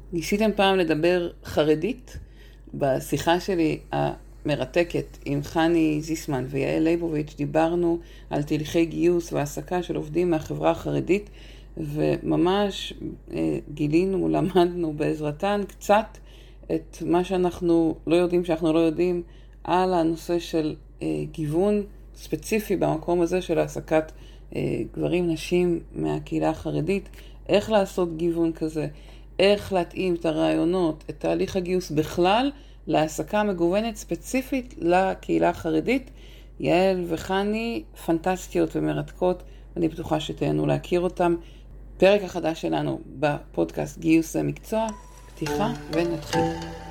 ניסיתם פעם לדבר חרדית? בשיחה שלי המרתקת עם חני זיסמן ויעל ליבוביץ' דיברנו על תהליכי גיוס והעסקה של עובדים מהחברה החרדית, וממש גילינו, למדנו בעזרתן קצת את מה שאנחנו לא יודעים שאנחנו לא יודעים על הנושא של גיוון ספציפי במקום הזה של העסקת גברים, נשים מהקהילה החרדית, איך לעשות גיוון כזה, איך להתאים את הרעיונות, את תהליך הגיוס בכלל, להעסקה מגוונת ספציפית לקהילה החרדית. יעל וחני פנטסטיות ומרתקות, אני בטוחה שתהנו להכיר אותם. פרק החדש שלנו בפודקאסט גיוס המקצוע, פתיחה ונתחיל.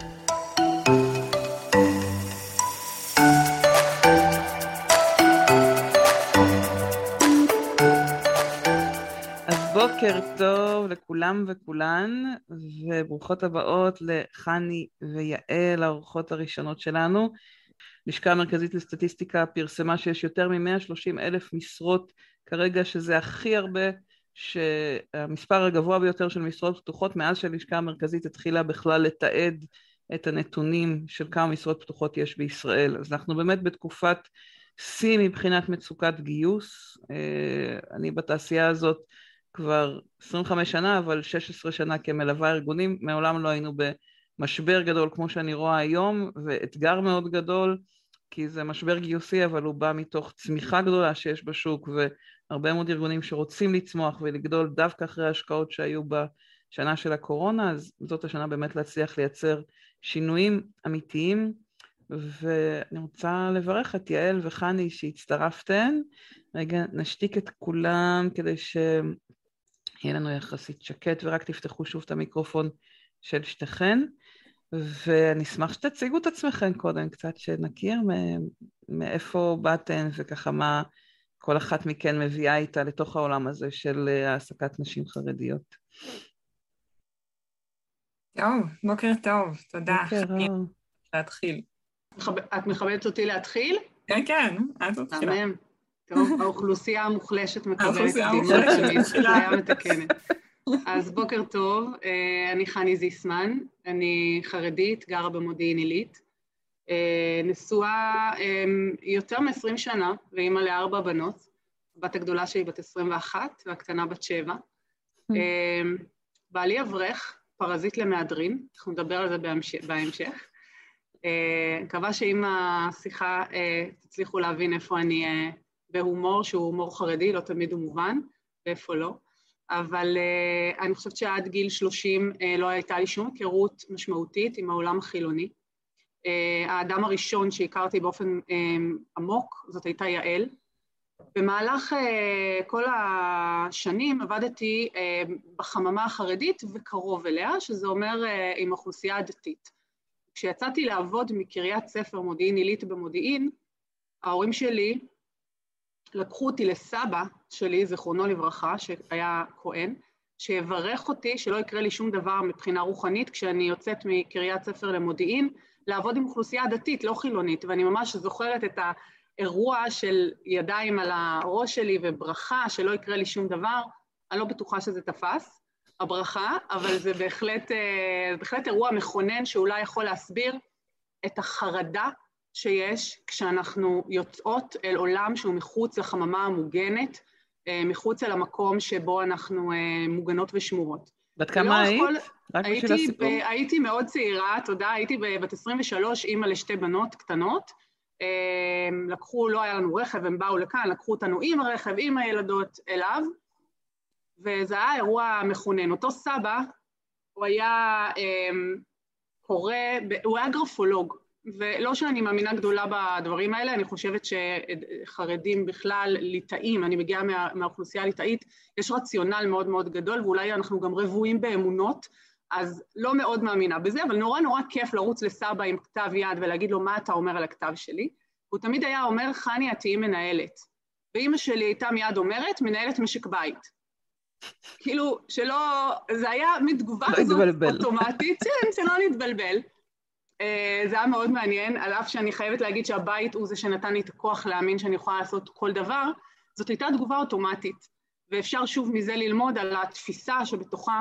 בוקר טוב לכולם וכולן, וברוכות הבאות לחני ויעל, האורחות הראשונות שלנו. לשכה המרכזית לסטטיסטיקה פרסמה שיש יותר מ-130,000 משרות כרגע, שזה הכי הרבה, שהמספר הגבוה ביותר של משרות פתוחות מאז שהלשכה המרכזית התחילה בכלל לתעד את הנתונים של כמה משרות פתוחות יש בישראל. אז אנחנו באמת בתקופת שיא מבחינת מצוקת גיוס. אני בתעשייה הזאת כבר 25 שנה, אבל 16 שנה כמלווה ארגונים, מעולם לא היינו במשבר גדול כמו שאני רואה היום, ואתגר מאוד גדול, כי זה משבר גיוסי, אבל הוא בא מתוך צמיחה גדולה שיש בשוק, והרבה מאוד ארגונים שרוצים לצמוח ולגדול דווקא אחרי ההשקעות שהיו בשנה של הקורונה, אז זאת השנה באמת להצליח לייצר שינויים אמיתיים, ואני רוצה לברך את יעל וחני שהצטרפתן. רגע, נשתיק את כולם כדי יהיה לנו יחסית שקט, ורק תפתחו שוב את המיקרופון של שתיכן, ואני אשמח שתציגו את עצמכם קודם, קצת שנכיר מאיפה באתן, וככה מה כל אחת מכן מביאה איתה לתוך העולם הזה של העסקת נשים חרדיות. טוב, בוקר טוב, תודה. בוקר טוב. להתחיל. את מכבדת אותי להתחיל? כן, כן, את מתחילה. טוב, האוכלוסייה המוחלשת מקבלת קדימות, אפליה מתקנת. אז בוקר טוב, אני חני זיסמן, אני חרדית, גרה במודיעין עילית, נשואה יותר מ-20 שנה, ואימא ל4 בנות, בת הגדולה שלי בת 21 והקטנה בת 7. בעלי אברך, פרזיט למהדרין, אנחנו נדבר על זה בהמשך. מקווה שעם השיחה תצליחו להבין איפה אני בהומור, שהוא הומור חרדי, לא תמיד הוא מובן, ואיפה לא. אבל אני חושבת שעד גיל 30 לא הייתה לי שום היכרות משמעותית עם העולם החילוני. האדם הראשון שהכרתי באופן עמוק, זאת הייתה יעל. במהלך כל השנים עבדתי בחממה החרדית וקרוב אליה, שזה אומר עם אוכלוסייה הדתית. כשיצאתי לעבוד מקריית ספר מודיעין עילית במודיעין, ההורים שלי לקחו אותי לסבא שלי, זכרונו לברכה, שהיה כהן, שיברך אותי שלא יקרה לי שום דבר מבחינה רוחנית, כשאני יוצאת מקריית ספר למודיעין, לעבוד עם אוכלוסייה דתית, לא חילונית, ואני ממש זוכרת את האירוע של ידיים על הראש שלי וברכה, שלא יקרה לי שום דבר. אני לא בטוחה שזה תפס, הברכה, אבל זה בהחלט אירוע מכונן שאולי יכול להסביר את החרדה שיש כשאנחנו יוצאות אל עולם שהוא מחוץ לחממה המוגנת, מחוץ אל המקום שבו אנחנו מוגנות ושמורות. בת כמה היית? הייתי מאוד צעירה, תודה, הייתי בת 23, אימא לשתי בנות קטנות, לא היה לנו רכב, הם באו לכאן, לקחו אותנו עם הרכב, עם הילדות אליו, וזה היה אירוע מכונן. אותו סבא, הוא היה הוא היה גרפולוג, ולא שאני מאמינה גדולה בדברים האלה, אני חושבת שחרדים בכלל ליטאים, אני מגיעה מהאוכלוסייה הליטאית, יש רציונל מאוד מאוד גדול, ואולי אנחנו גם רבועים באמונות, אז לא מאוד מאמינה בזה, אבל נורא נורא כיף לרוץ לסבא עם כתב יד ולהגיד לו מה אתה אומר על הכתב שלי. הוא תמיד היה אומר, חני, את תהיי מנהלת. ואמא שלי הייתה מיד אומרת, מנהלת משק בית. כאילו, שלא, זה היה מתגובה כזאת אוטומטית, שלא נתבלבל. זה היה מאוד מעניין, על אף שאני חייבת להגיד שהבית הוא זה שנתן לי את הכוח להאמין שאני יכולה לעשות כל דבר, זאת הייתה תגובה אוטומטית, ואפשר שוב מזה ללמוד על התפיסה שבתוכה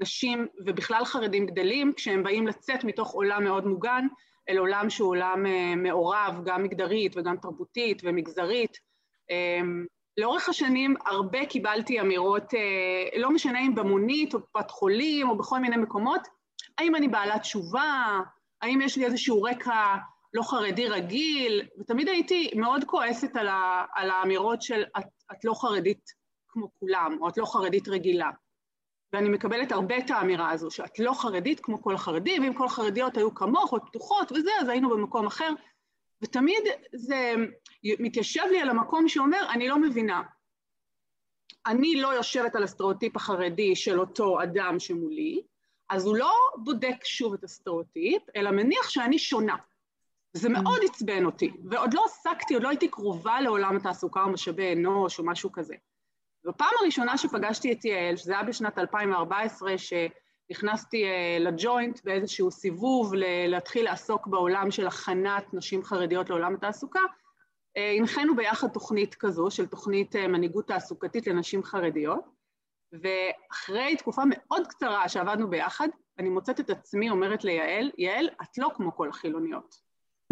נשים ובכלל חרדים גדלים, כשהם באים לצאת מתוך עולם מאוד מוגן, אל עולם שהוא עולם מעורב, גם מגדרית וגם תרבותית ומגזרית. לאורך השנים הרבה קיבלתי אמירות, לא משנה אם במונית או בקופת חולים או בכל מיני מקומות, האם אני בעלת תשובה, האם יש לי איזשהו רקע לא חרדי רגיל, ותמיד הייתי מאוד כועסת על האמירות של את לא חרדית כמו כולם, או את לא חרדית רגילה. ואני מקבלת הרבה את האמירה הזו, שאת לא חרדית כמו כל החרדים, ואם כל החרדיות היו כמוך או פתוחות וזה, אז היינו במקום אחר. ותמיד זה מתיישב לי על המקום שאומר, אני לא מבינה. אני לא יושבת על הסטריאוטיפ החרדי של אותו אדם שמולי, אז הוא לא בודק שוב את הסטריאוטיפ, אלא מניח שאני שונה. זה מאוד עצבן אותי, ועוד לא עסקתי, עוד לא הייתי קרובה לעולם התעסוקה או משאבי אנוש או משהו כזה. בפעם הראשונה שפגשתי את יעל, שזה היה בשנת 2014, שנכנסתי לג'וינט באיזשהו סיבוב להתחיל לעסוק בעולם של הכנת נשים חרדיות לעולם התעסוקה, הנחנו ביחד תוכנית כזו, של תוכנית מנהיגות תעסוקתית לנשים חרדיות, ואחרי תקופה מאוד קצרה שעבדנו ביחד, אני מוצאת את עצמי אומרת ליעל, יעל, את לא כמו כל החילוניות.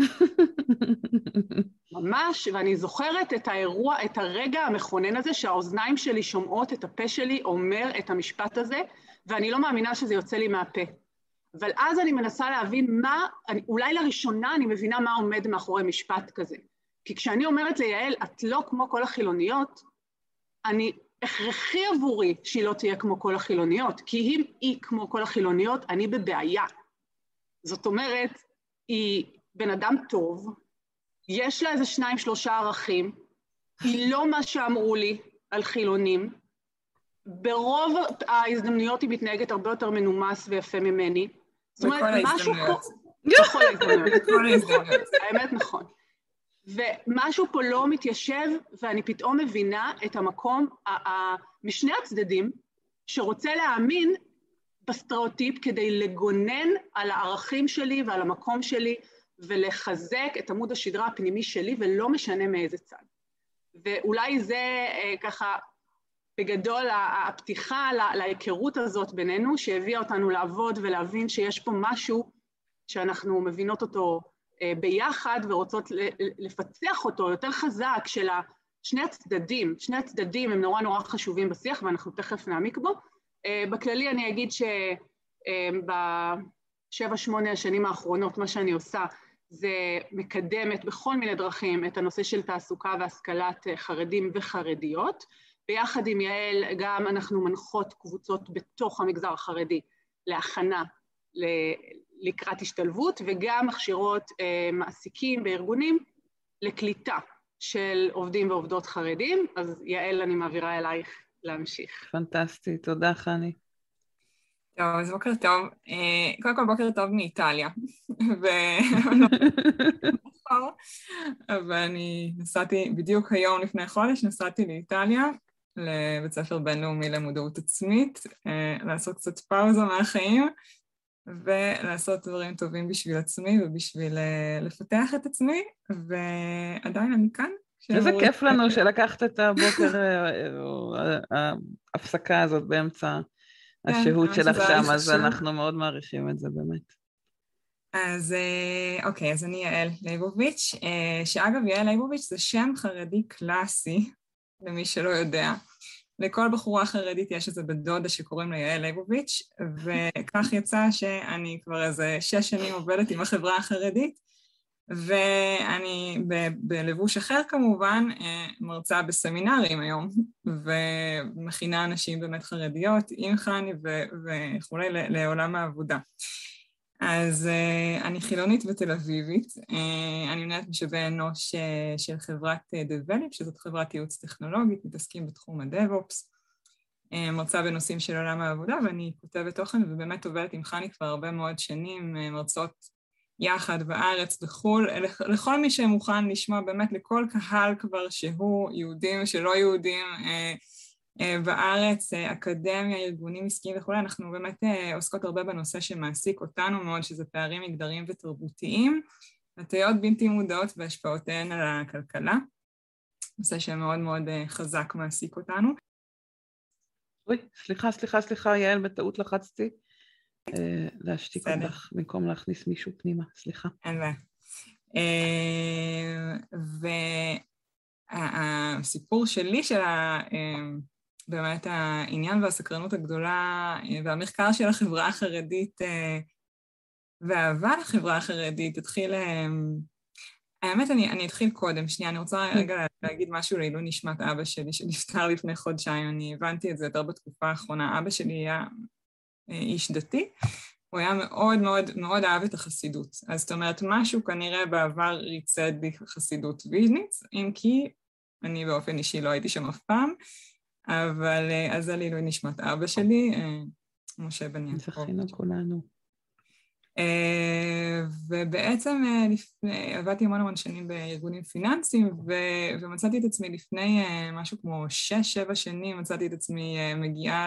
ממש, ואני זוכרת את האירוע, את הרגע המכונן הזה, שהאוזניים שלי שומעות את הפה שלי אומר את המשפט הזה, ואני לא מאמינה שזה יוצא לי מהפה. אבל אז אני מנסה להבין אולי לראשונה אני מבינה מה עומד מאחורי משפט כזה. כי כשאני אומרת ליעל, את לא כמו כל החילוניות, אני הכרחי עבורי שהיא לא תהיה כמו כל החילוניות, כי אם היא כמו כל החילוניות, אני בבעיה. זאת אומרת, היא בן אדם טוב, יש לה איזה 2-3 ערכים, היא לא מה שאמרו לי על חילונים, ברוב ההזדמנויות היא מתנהגת הרבה יותר מנומס ויפה ממני. זאת אומרת, משהו פה... בכל ההזדמנויות. האמת נכון. ומשהו פה לא מתיישב, ואני פתאום מבינה את המקום משני הצדדים, שרוצה להאמין בסטריאוטיפ כדי לגונן על הערכים שלי ועל המקום שלי, ולחזק את עמוד השדרה הפנימי שלי, ולא משנה מאיזה צד. ואולי זה ככה, בגדול, הפתיחה להיכרות הזאת בינינו, שהביאה אותנו לעבוד ולהבין שיש פה משהו שאנחנו מבינות אותו ביחד, ורוצות לפצח אותו יותר חזק של שני הצדדים. שני הצדדים הם נורא חשובים בשיח, ואנחנו תכף נעמיק בו. בכללי אני אגיד שב7-8 השנים האחרונות, מה שאני עושה, זה מקדמת בכל מיני דרכים את הנושא של תעסוקה והשכלת חרדים וחרדיות. ביחד עם יעל גם אנחנו מנחות קבוצות בתוך המגזר החרדי להכנה לקראת השתלבות, וגם מכשירות מעסיקים בארגונים לקליטה של עובדים ועובדות חרדים. אז יעל, אני מעבירה אלייך להמשיך. פנטסטי, תודה חני. טוב, אז בוקר טוב. קודם כל בוקר טוב מאיטליה. אבל אני נסעתי, בדיוק היום לפני חודש, נסעתי לאיטליה, לבית ספר בינלאומי למודעות עצמית, לעשות קצת פאוזה מהחיים, ולעשות דברים טובים בשביל עצמי ובשביל לפתח את עצמי, ועדיין אני כאן. איזה כיף לנו שלקחת את הבוקר, ההפסקה הזאת באמצע השהות שלך שם, אז אנחנו מאוד מעריכים את זה באמת. אז אוקיי, אז אני יעל ליבוביץ', שאגב יעל ליבוביץ' זה שם חרדי קלאסי, למי שלא יודע. לכל בחורה חרדית יש איזה בדודה שקוראים לה יעל ליבוביץ', וכך יצא שאני כבר איזה 6 שנים עובדת עם החברה החרדית, ואני בלבוש אחר כמובן מרצה בסמינרים היום, ומכינה אנשים באמת חרדיות עם חני וכולי לעולם העבודה. אז אני חילונית ותל אביבית, אני מנהלת משאבי אנוש של חברת דבליפ, שזאת חברת ייעוץ טכנולוגית, מתעסקים בתחום הדב-אופס, מרצה בנושאים של עולם העבודה, ואני כותבת תוכן ובאמת עובדת עם חני כבר הרבה מאוד שנים, מרצות יחד בארץ, בחול, לכל מי שמוכן לשמוע באמת לכל קהל כבר שהוא יהודים שלא יהודים, בארץ, אקדמיה, ארגונים עסקיים וכו', אנחנו באמת עוסקות הרבה בנושא שמעסיק אותנו מאוד, שזה פערים מגדריים ותרבותיים, הטיות בלתי מודעות והשפעותיהן על הכלכלה, נושא שמאוד מאוד חזק מעסיק אותנו. אוי, סליחה, יעל, בטעות לחצתי להשתיק אותך במקום להכניס מישהו פנימה, סליחה. אין בעיה. והסיפור שלי של באמת העניין והסקרנות הגדולה והמחקר של החברה החרדית והאהבה לחברה החרדית התחיל, האמת אני אתחיל קודם, שנייה, אני רוצה רגע להגיד משהו לעילוי נשמת אבא שלי שנפטר לפני חודשיים, אני הבנתי את זה יותר בתקופה האחרונה, אבא שלי היה איש דתי, הוא היה מאוד מאוד מאוד אהב את החסידות, אז זאת אומרת משהו כנראה בעבר ריצד בי חסידות ויז'ניץ, אם כי אני באופן אישי לא הייתי שם אף פעם, אבל אז זה לעילוי נשמת אבא שלי, משה בן יעקב. זכינו כולנו. ובעצם עבדתי המון שנים בארגונים פיננסיים, ומצאתי את עצמי לפני משהו כמו 6-7 שנים, מצאתי את עצמי מגיעה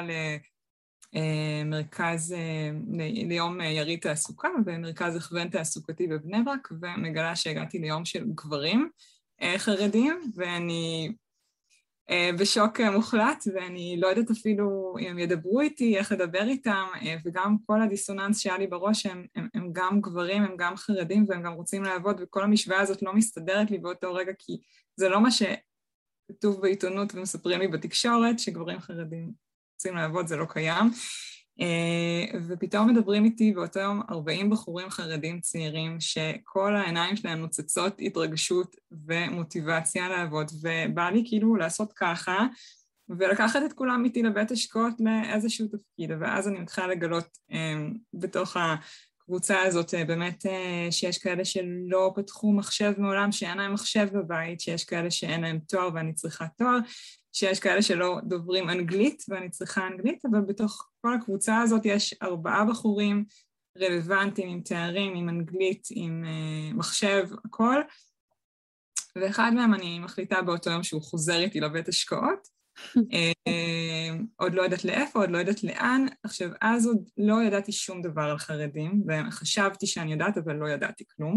למרכז, ליום יריד תעסוקה, במרכז הכוון תעסוקתי בבני ברק, ומגלה שהגעתי ליום של גברים חרדים, ואני בשוק מוחלט, ואני לא יודעת אפילו אם הם ידברו איתי, איך לדבר איתם, וגם כל הדיסוננס שהיה לי בראש, הם גם גברים, הם גם חרדים, והם גם רוצים לעבוד, וכל המשוואה הזאת לא מסתדרת לי באותו רגע, כי זה לא מה שכתוב בעיתונות ומספרים לי בתקשורת, שגברים חרדים רוצים לעבוד, זה לא קיים. ופתאום מדברים איתי באותו יום 40 בחורים חרדים צעירים שכל העיניים שלהם נוצצות התרגשות ומוטיבציה לעבוד, ובא לי כאילו לעשות ככה ולקחת את כולם איתי לבית השקעות לאיזשהו תפקיד, ואז אני מתחילה לגלות בתוך הקבוצה הזאת באמת שיש כאלה שלא פתחו מחשב מעולם, שאין להם מחשב בבית, שיש כאלה שאין להם תואר ואני צריכה תואר, שיש כאלה שלא דוברים אנגלית ואני צריכה אנגלית, אבל בתוך כל הקבוצה הזאת יש 4 בחורים רלוונטיים עם תארים, עם אנגלית, עם מחשב, הכל, ואחד מהם אני מחליטה באותו יום שהוא חוזר איתי לבית השקעות, עוד לא יודעת לאיפה, עוד לא יודעת לאן, עכשיו אז עוד לא ידעתי שום דבר על חרדים, וחשבתי שאני יודעת אבל לא ידעתי כלום,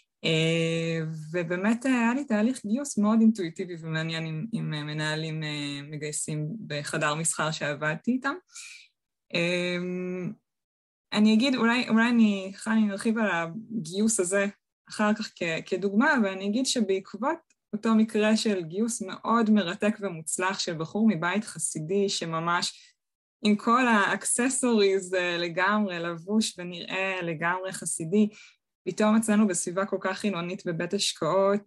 ובאמת היה לי תהליך גיוס מאוד אינטואיטיבי ומעניין עם מנהלים מגייסים בחדר מסחר שעבדתי איתם. אני אגיד, אולי אני נרחיב על הגיוס הזה אחר כך כדוגמה, ואני אגיד שבעקבות אותו מקרה של גיוס מאוד מרתק ומוצלח של בחור מבית חסידי שממש עם כל האקססוריז לגמרי לבוש ונראה לגמרי חסידי, פתאום מצאנו בסביבה כל כך חילונית בבית השקעות,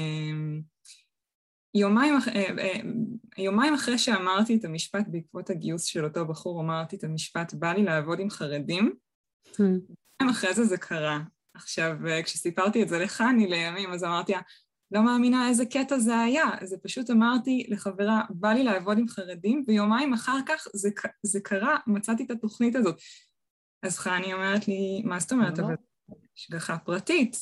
יומיים אחרי שאמרתי את המשפט בעקבות הגיוס של אותו בחור, אמרתי את המשפט, בא לי לעבוד עם חרדים, יומיים אחרי זה קרה. עכשיו, כשסיפרתי את זה לחני לימים, אז אמרתי, לא מאמינה איזה קטע זה היה, אז פשוט אמרתי לחברה, בא לי לעבוד עם חרדים, ויומיים אחר כך זה קרה, מצאתי את התוכנית הזאת. אז חני אומרת לי, מה זאת אומרת? אבל השגחה פרטית,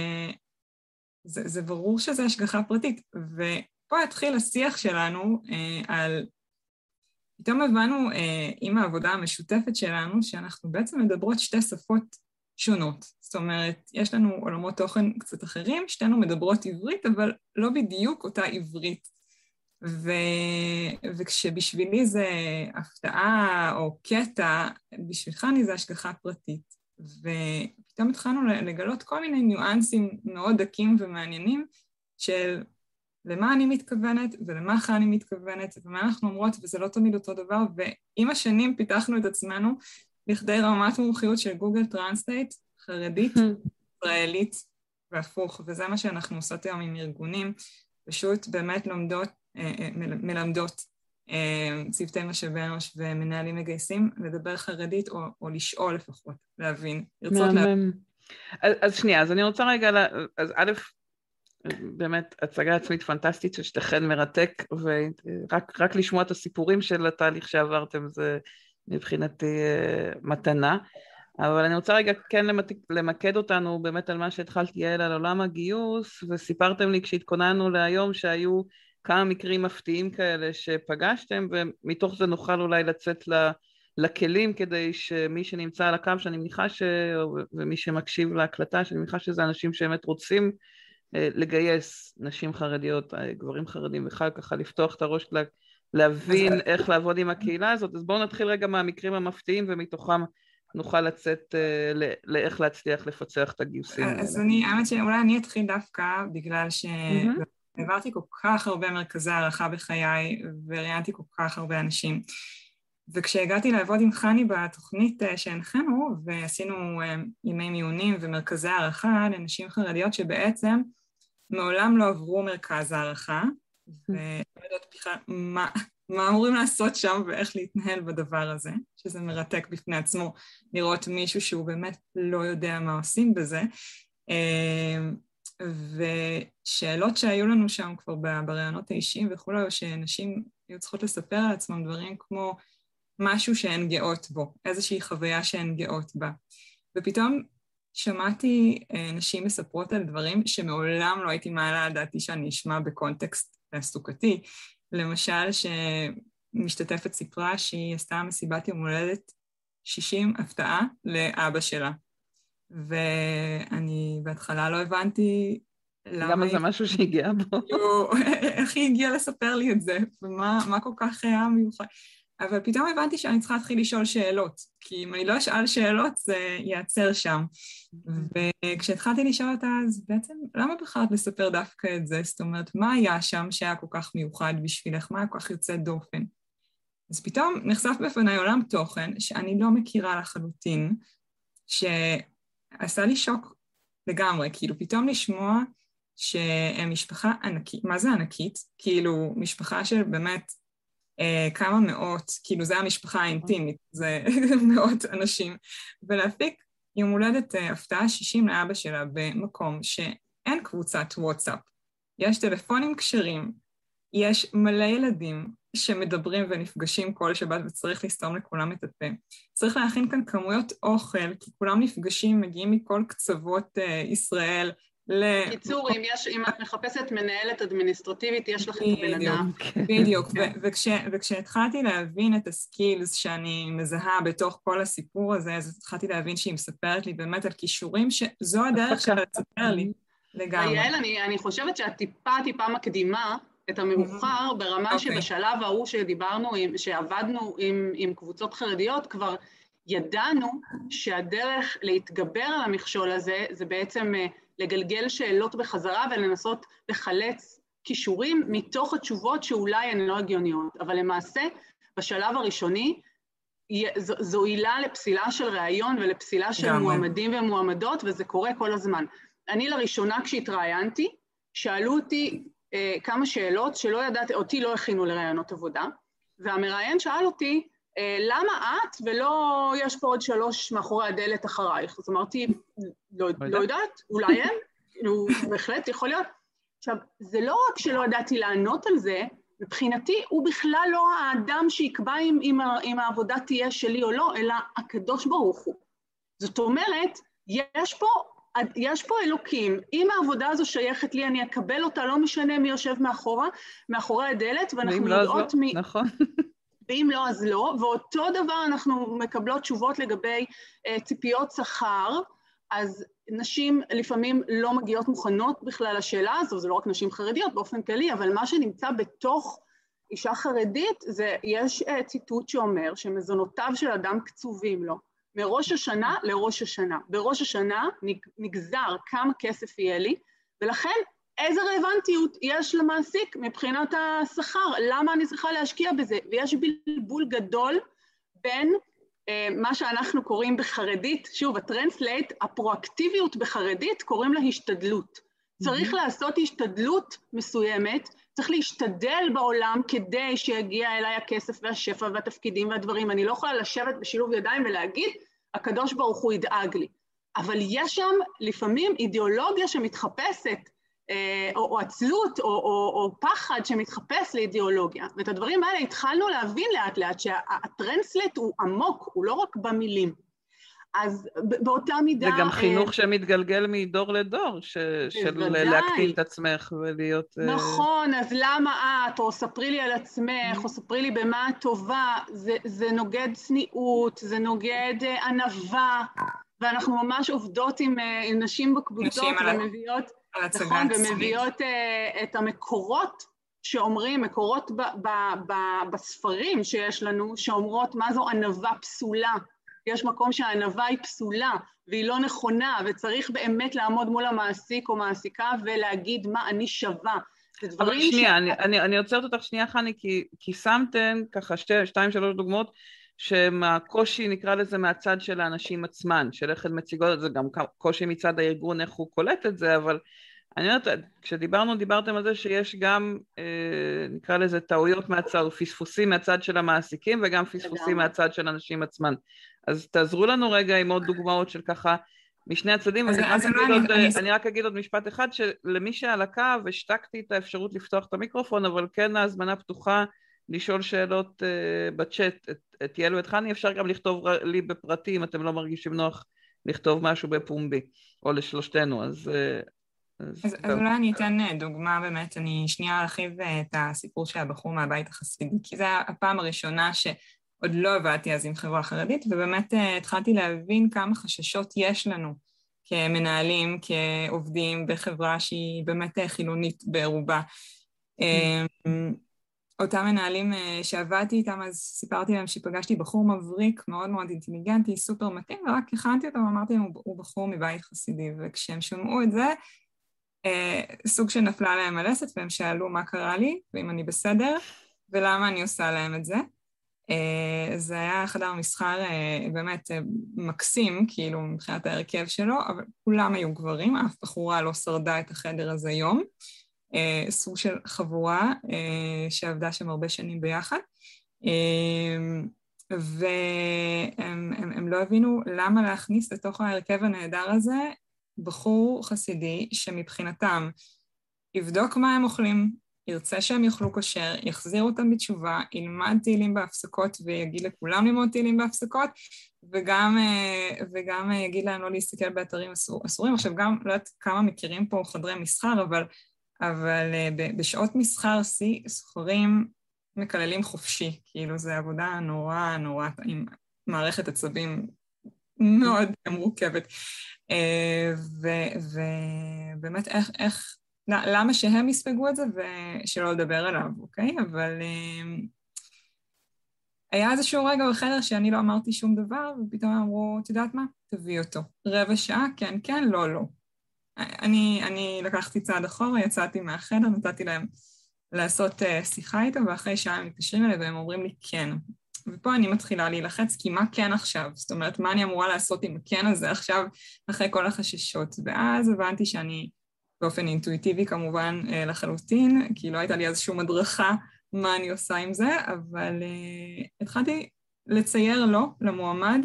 זה ברור שזה השגחה פרטית, ופה התחיל השיח שלנו על, פתאום הבנו עם העבודה המשותפת שלנו, שאנחנו בעצם מדברות 2 שפות שונות, זאת אומרת, יש לנו עולמות תוכן קצת אחרים, שתינו מדברות עברית, אבל לא בדיוק אותה עברית, וכשבשבילי זה הפתעה או קטע, בשבילך אני זה השגחה פרטית, ופתאום התחלנו לגלות כל מיני ניואנסים מאוד דקים ומעניינים של למה אני מתכוונת ולמה אני מתכוונת ומה אנחנו אומרות, וזה לא תמיד אותו דבר, ועם השנים פיתחנו את עצמנו לכדי רמת מומחיות של גוגל טרנסלייט, חרדית, ישראלית והפוך, וזה מה שאנחנו עושות היום עם ארגונים, פשוט באמת מלמדות צוותי משאבי אנוש ומנהלים מגייסים, לדבר חרדית או לשאול לפחות, להבין, לרצות להבין. אז שנייה, אז אני רוצה רגע, אז א', באמת הצגה עצמית פנטסטית ששתכן מרתק, ורק לשמוע את הסיפורים של התהליך שעברתם זה מבחינתי מתנה, אבל אני רוצה רגע כן למקד אותנו באמת על מה שהתחלתי יעל על עולם הגיוס, וסיפרתם לי כשהתכוננו להיום שהיו כמה מקרים מפתיעים כאלה שפגשתם, ומתוך זה נוכל אולי לצאת לכלים כדי שמי שנמצא על הקו, שאני מניחה ומי שמקשיב להקלטה, שאני מניחה שזה אנשים שבאמת רוצים לגייס נשים חרדיות, גברים חרדים, וכך ככה לפתוח את הראש להבין איך לעבוד עם הקהילה הזאת, אז בואו נתחיל רגע מהמקרים המפתיעים, ומתוכם נוכל לצאת לאיך להצליח לפצח את הגיוסים האלה. אז האמת שאולי אני אתחיל דווקא, בגלל שהעברתי כל כך הרבה מרכזי הערכה בחיי, וראיינתי כל כך הרבה אנשים. וכשהגעתי לעבוד עם חני בתוכנית שהנחנו, ועשינו ימי מיונים ומרכזי הערכה לנשים חרדיות שבעצם מעולם לא עברו מרכז הערכה, ולא יודעת בכלל מה אמורים לעשות שם ואיך להתנהל בדבר הזה, שזה מרתק בפני עצמו לראות מישהו שהוא באמת לא יודע מה עושים בזה. ושאלות שהיו לנו שם כבר ברעיונות האישיים וכו', שנשים היו צריכות לספר על עצמם דברים כמו משהו שהן גאות בו, איזושהי חוויה שהן גאות בה. ופתאום שמעתי נשים מספרות על דברים שמעולם לא הייתי מעלה על דעתי שאני אשמע בקונטקסט תעסוקתי. למשל, שמשתתפת סיפרה שהיא עשתה מסיבת יום הולדת 60 הפתעה לאבא שלה. ואני בהתחלה לא הבנתי למה זה משהו שהגיעה בו. איך היא הגיעה לספר לי את זה, ומה כל כך היה מיוחד. אבל פתאום הבנתי שאני צריכה להתחיל לשאול שאלות, כי אם אני לא אשאל שאלות זה ייעצר שם. וכשהתחלתי לשאול אותה, אז בעצם למה בחרת לספר דווקא את זה? זאת אומרת, מה היה שם שהיה כל כך מיוחד בשבילך? מה היה כל כך יוצא דופן? אז פתאום נחשף בפני עולם תוכן שאני לא מכירה לחלוטין, שעשה לי שוק לגמרי, כאילו פתאום לשמוע שמשפחה ענקית, מה זה ענקית? כאילו משפחה של באמת כמה מאות, כאילו זה המשפחה האינטימית, זה מאות אנשים, ולהפיק יום הולדת הפתעה 60 לאבא שלה במקום שאין קבוצת וואטסאפ, יש טלפונים כשרים, יש מלא ילדים שמדברים ונפגשים כל שבת וצריך לסתום לכולם את הפה. צריך להכין כאן כמויות אוכל, כי כולם נפגשים, מגיעים מכל קצוות ישראל, קיצור, אם את מחפשת מנהלת אדמיניסטרטיבית, יש לך את הבן אדם. בדיוק, וכשהתחלתי להבין את הסקילס שאני מזהה בתוך כל הסיפור הזה, אז התחלתי להבין שהיא מספרת לי באמת על כישורים, שזו הדרך שלה לספר לי לגמרי. יעל, אני חושבת שאת טיפה מקדימה את המאוחר, ברמה שבשלב ההוא שדיברנו, שעבדנו עם קבוצות חרדיות, כבר ידענו שהדרך להתגבר על המכשול הזה, זה בעצם לגלגל שאלות בחזרה ולנסות לחלץ כישורים מתוך התשובות שאולי הן לא הגיוניות. אבל למעשה, בשלב הראשוני, זו עילה לפסילה של ראיון ולפסילה של מועמדים ומועמדות, וזה קורה כל הזמן. אני לראשונה כשהתראיינתי, שאלו אותי כמה שאלות שלא ידעתי, אותי לא הכינו לראיונות עבודה, והמראיין שאל אותי, למה את ולא יש פה עוד 3 מאחורי הדלת אחרייך? אז אמרתי, לא יודעת, אולי אין, בהחלט יכול להיות. עכשיו, זה לא רק שלא ידעתי לענות על זה, מבחינתי הוא בכלל לא האדם שיקבע אם העבודה תהיה שלי או לא, אלא הקדוש ברוך הוא. זאת אומרת, יש פה אלוקים, אם העבודה הזו שייכת לי, אני אקבל אותה, לא משנה מי יושב מאחורי הדלת, ואנחנו יודעות מי... נכון. ואם לא, אז לא, ואותו דבר אנחנו מקבלות תשובות לגבי ציפיות שכר, אז נשים לפעמים לא מגיעות מוכנות בכלל לשאלה הזו, זה לא רק נשים חרדיות באופן כללי, אבל מה שנמצא בתוך אישה חרדית, יש ציטוט שאומר שמזונותיו של אדם קצובים לו, מראש השנה לראש השנה. בראש השנה נגזר כמה כסף יהיה לי, ולכן איזה רלוונטיות יש למעסיק מבחינת השכר, למה אני צריכה להשקיע בזה? ויש בלבול גדול בין מה שאנחנו קוראים בחרדית, שוב, הטרנסלייט, הפרואקטיביות בחרדית קוראים לה השתדלות. צריך לעשות השתדלות מסוימת, צריך להשתדל בעולם כדי שיגיע אליי הכסף והשפע והתפקידים והדברים. אני לא יכולה לשבת בשילוב ידיים ולהגיד, הקדוש ברוך הוא ידאג לי. אבל יש שם לפעמים אידיאולוגיה שמתחפשת, או עצלות, או פחד שמתחפש לאידיאולוגיה. ואת הדברים האלה התחלנו להבין לאט לאט, שהטרנסלט הוא עמוק, הוא לא רק במילים. אז באותה מידה... זה גם חינוך שמתגלגל מדור לדור, של להקטין את עצמך ולהיות... נכון, אז למה את, או ספרי לי על עצמך, או ספרי לי במה את טובה, זה נוגד צניעות, זה נוגד ענווה, ואנחנו ממש עובדות עם נשים בקבוצות ומביאות... נכון, ומביאות את המקורות שאומרים, מקורות בספרים שיש לנו, שאומרות מה זו ענווה פסולה. יש מקום שהענווה היא פסולה, והיא לא נכונה, וצריך באמת לעמוד מול המעסיק או מעסיקה, ולהגיד מה אני שווה. אבל שנייה, אני עוצרת אותך שנייה, חני, כי שמתם ככה 2-3 דוגמאות, שהקושי נקרא לזה מהצד של האנשים עצמן, של איך הן מציגות את זה, גם קושי מצד הארגון, איך הוא קולט את זה, אבל אני אומרת, דיברתם על זה שיש גם, נקרא לזה טעויות מהצד, או פספוסים מהצד של המעסיקים, וגם פספוסים מהצד של האנשים עצמן. אז תעזרו לנו רגע עם עוד דוגמאות של ככה, משני הצדדים, אני רק אגיד עוד משפט אחד, שלמי שעל הקו השתקתי את האפשרות לפתוח את המיקרופון, אבל כן ההזמנה פתוחה לשאול שאלות בצ'אט, את יעל ואת חני, אפשר גם לכתוב לי בפרטי, אם אתם לא מרגישים נוח לכתוב משהו בפומבי, או לשלושתנו, אז אולי אני אתן דוגמה באמת, אני שנייה ארחיב את הסיפור של הבחור מהבית החסידי, כי זו הפעם הראשונה שעוד לא עבדתי אז עם חברה חרדית, ובאמת התחלתי להבין כמה חששות יש לנו כמנהלים, כעובדים בחברה שהיא באמת חילונית ברובה. אותם מנהלים שעבדתי איתם, אז סיפרתי להם שפגשתי בחור מבריק, מאוד מאוד אינטליגנטי, סופר מתאים, ורק הכנתי אותו ואמרתי להם, הוא בחור מבית חסידי, וכשהם שמעו את זה, סוג שנפלה להם הלסת, והם שאלו מה קרה לי, ואם אני בסדר, ולמה אני עושה להם את זה. זה היה חדר מסחר באמת מקסים, כאילו מבחינת ההרכב שלו, אבל כולם היו גברים, אף בחורה לא שרדה את החדר הזה יום, סוג של חבורה שעבדה שם הרבה שנים ביחד, והם לא הבינו למה להכניס לתוך ההרכב הנהדר הזה בחור חסידי שמבחינתם יבדוק מה הם אוכלים, ירצה שהם יאכלו כשר, יחזיר אותם בתשובה, ילמד תהילים בהפסקות ויגיד לכולם ללמוד תהילים בהפסקות, וגם יגיד להם לא להסתכל באתרים אסורים. עכשיו גם, לא יודעת כמה מכירים פה חדרי מסחר, אבל בשעות מסחר סוחרים מקללים חופשי, כאילו זה עבודה נורא נורא עם מערכת עצבים מאוד מורכבת. ובאמת למה שהם יספגו את זה ושלא לדבר עליו, אוקיי? אבל היה איזשהו רגע בחדר שאני לא אמרתי שום דבר, ופתאום אמרו, את יודעת מה? תביא אותו. רבע שעה, כן, כן, לא, לא. אני לקחתי צעד אחורה, יצאתי מהחדר, נתתי להם לעשות שיחה איתו, ואחרי שעה הם מתקשרים אליי והם אומרים לי כן. ופה אני מתחילה להילחץ, כי מה כן עכשיו? זאת אומרת, מה אני אמורה לעשות עם הכן הזה עכשיו, אחרי כל החששות? ואז הבנתי שאני באופן אינטואיטיבי כמובן לחלוטין, כי לא הייתה לי איזושהי מדרכה מה אני עושה עם זה, אבל התחלתי לצייר לו, למועמד,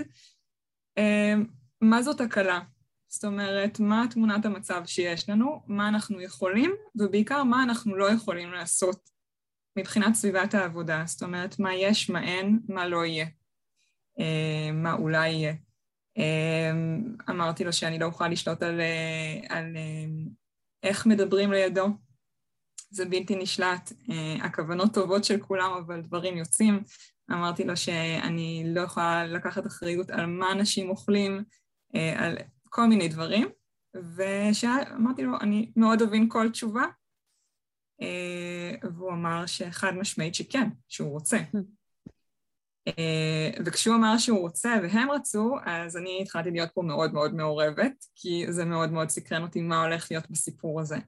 מה זאת הקלה? זאת אומרת, מה תמונת המצב שיש לנו, מה אנחנו יכולים, ובעיקר מה אנחנו לא יכולים לעשות מבחינת סביבת העבודה. זאת אומרת, מה יש, מה אין, מה לא יהיה, מה אולי יהיה. אמרתי לו שאני לא אוכל לשלוט על איך מדברים לידו, זה בלתי נשלט, הכוונות טובות של כולם, אבל דברים יוצאים. אמרתי לו שאני לא יכולה לקחת אחריות על מה אנשים אוכלים, על כל מיני דברים, ואמרתי לו, אני מאוד אבין כל תשובה, והוא אמר שחד משמעית שכן, שהוא רוצה. וכשהוא אמר שהוא רוצה והם רצו, אז אני התחלתי להיות פה מאוד מאוד מעורבת, כי זה מאוד מאוד סקרן אותי מה הולך להיות בסיפור הזה.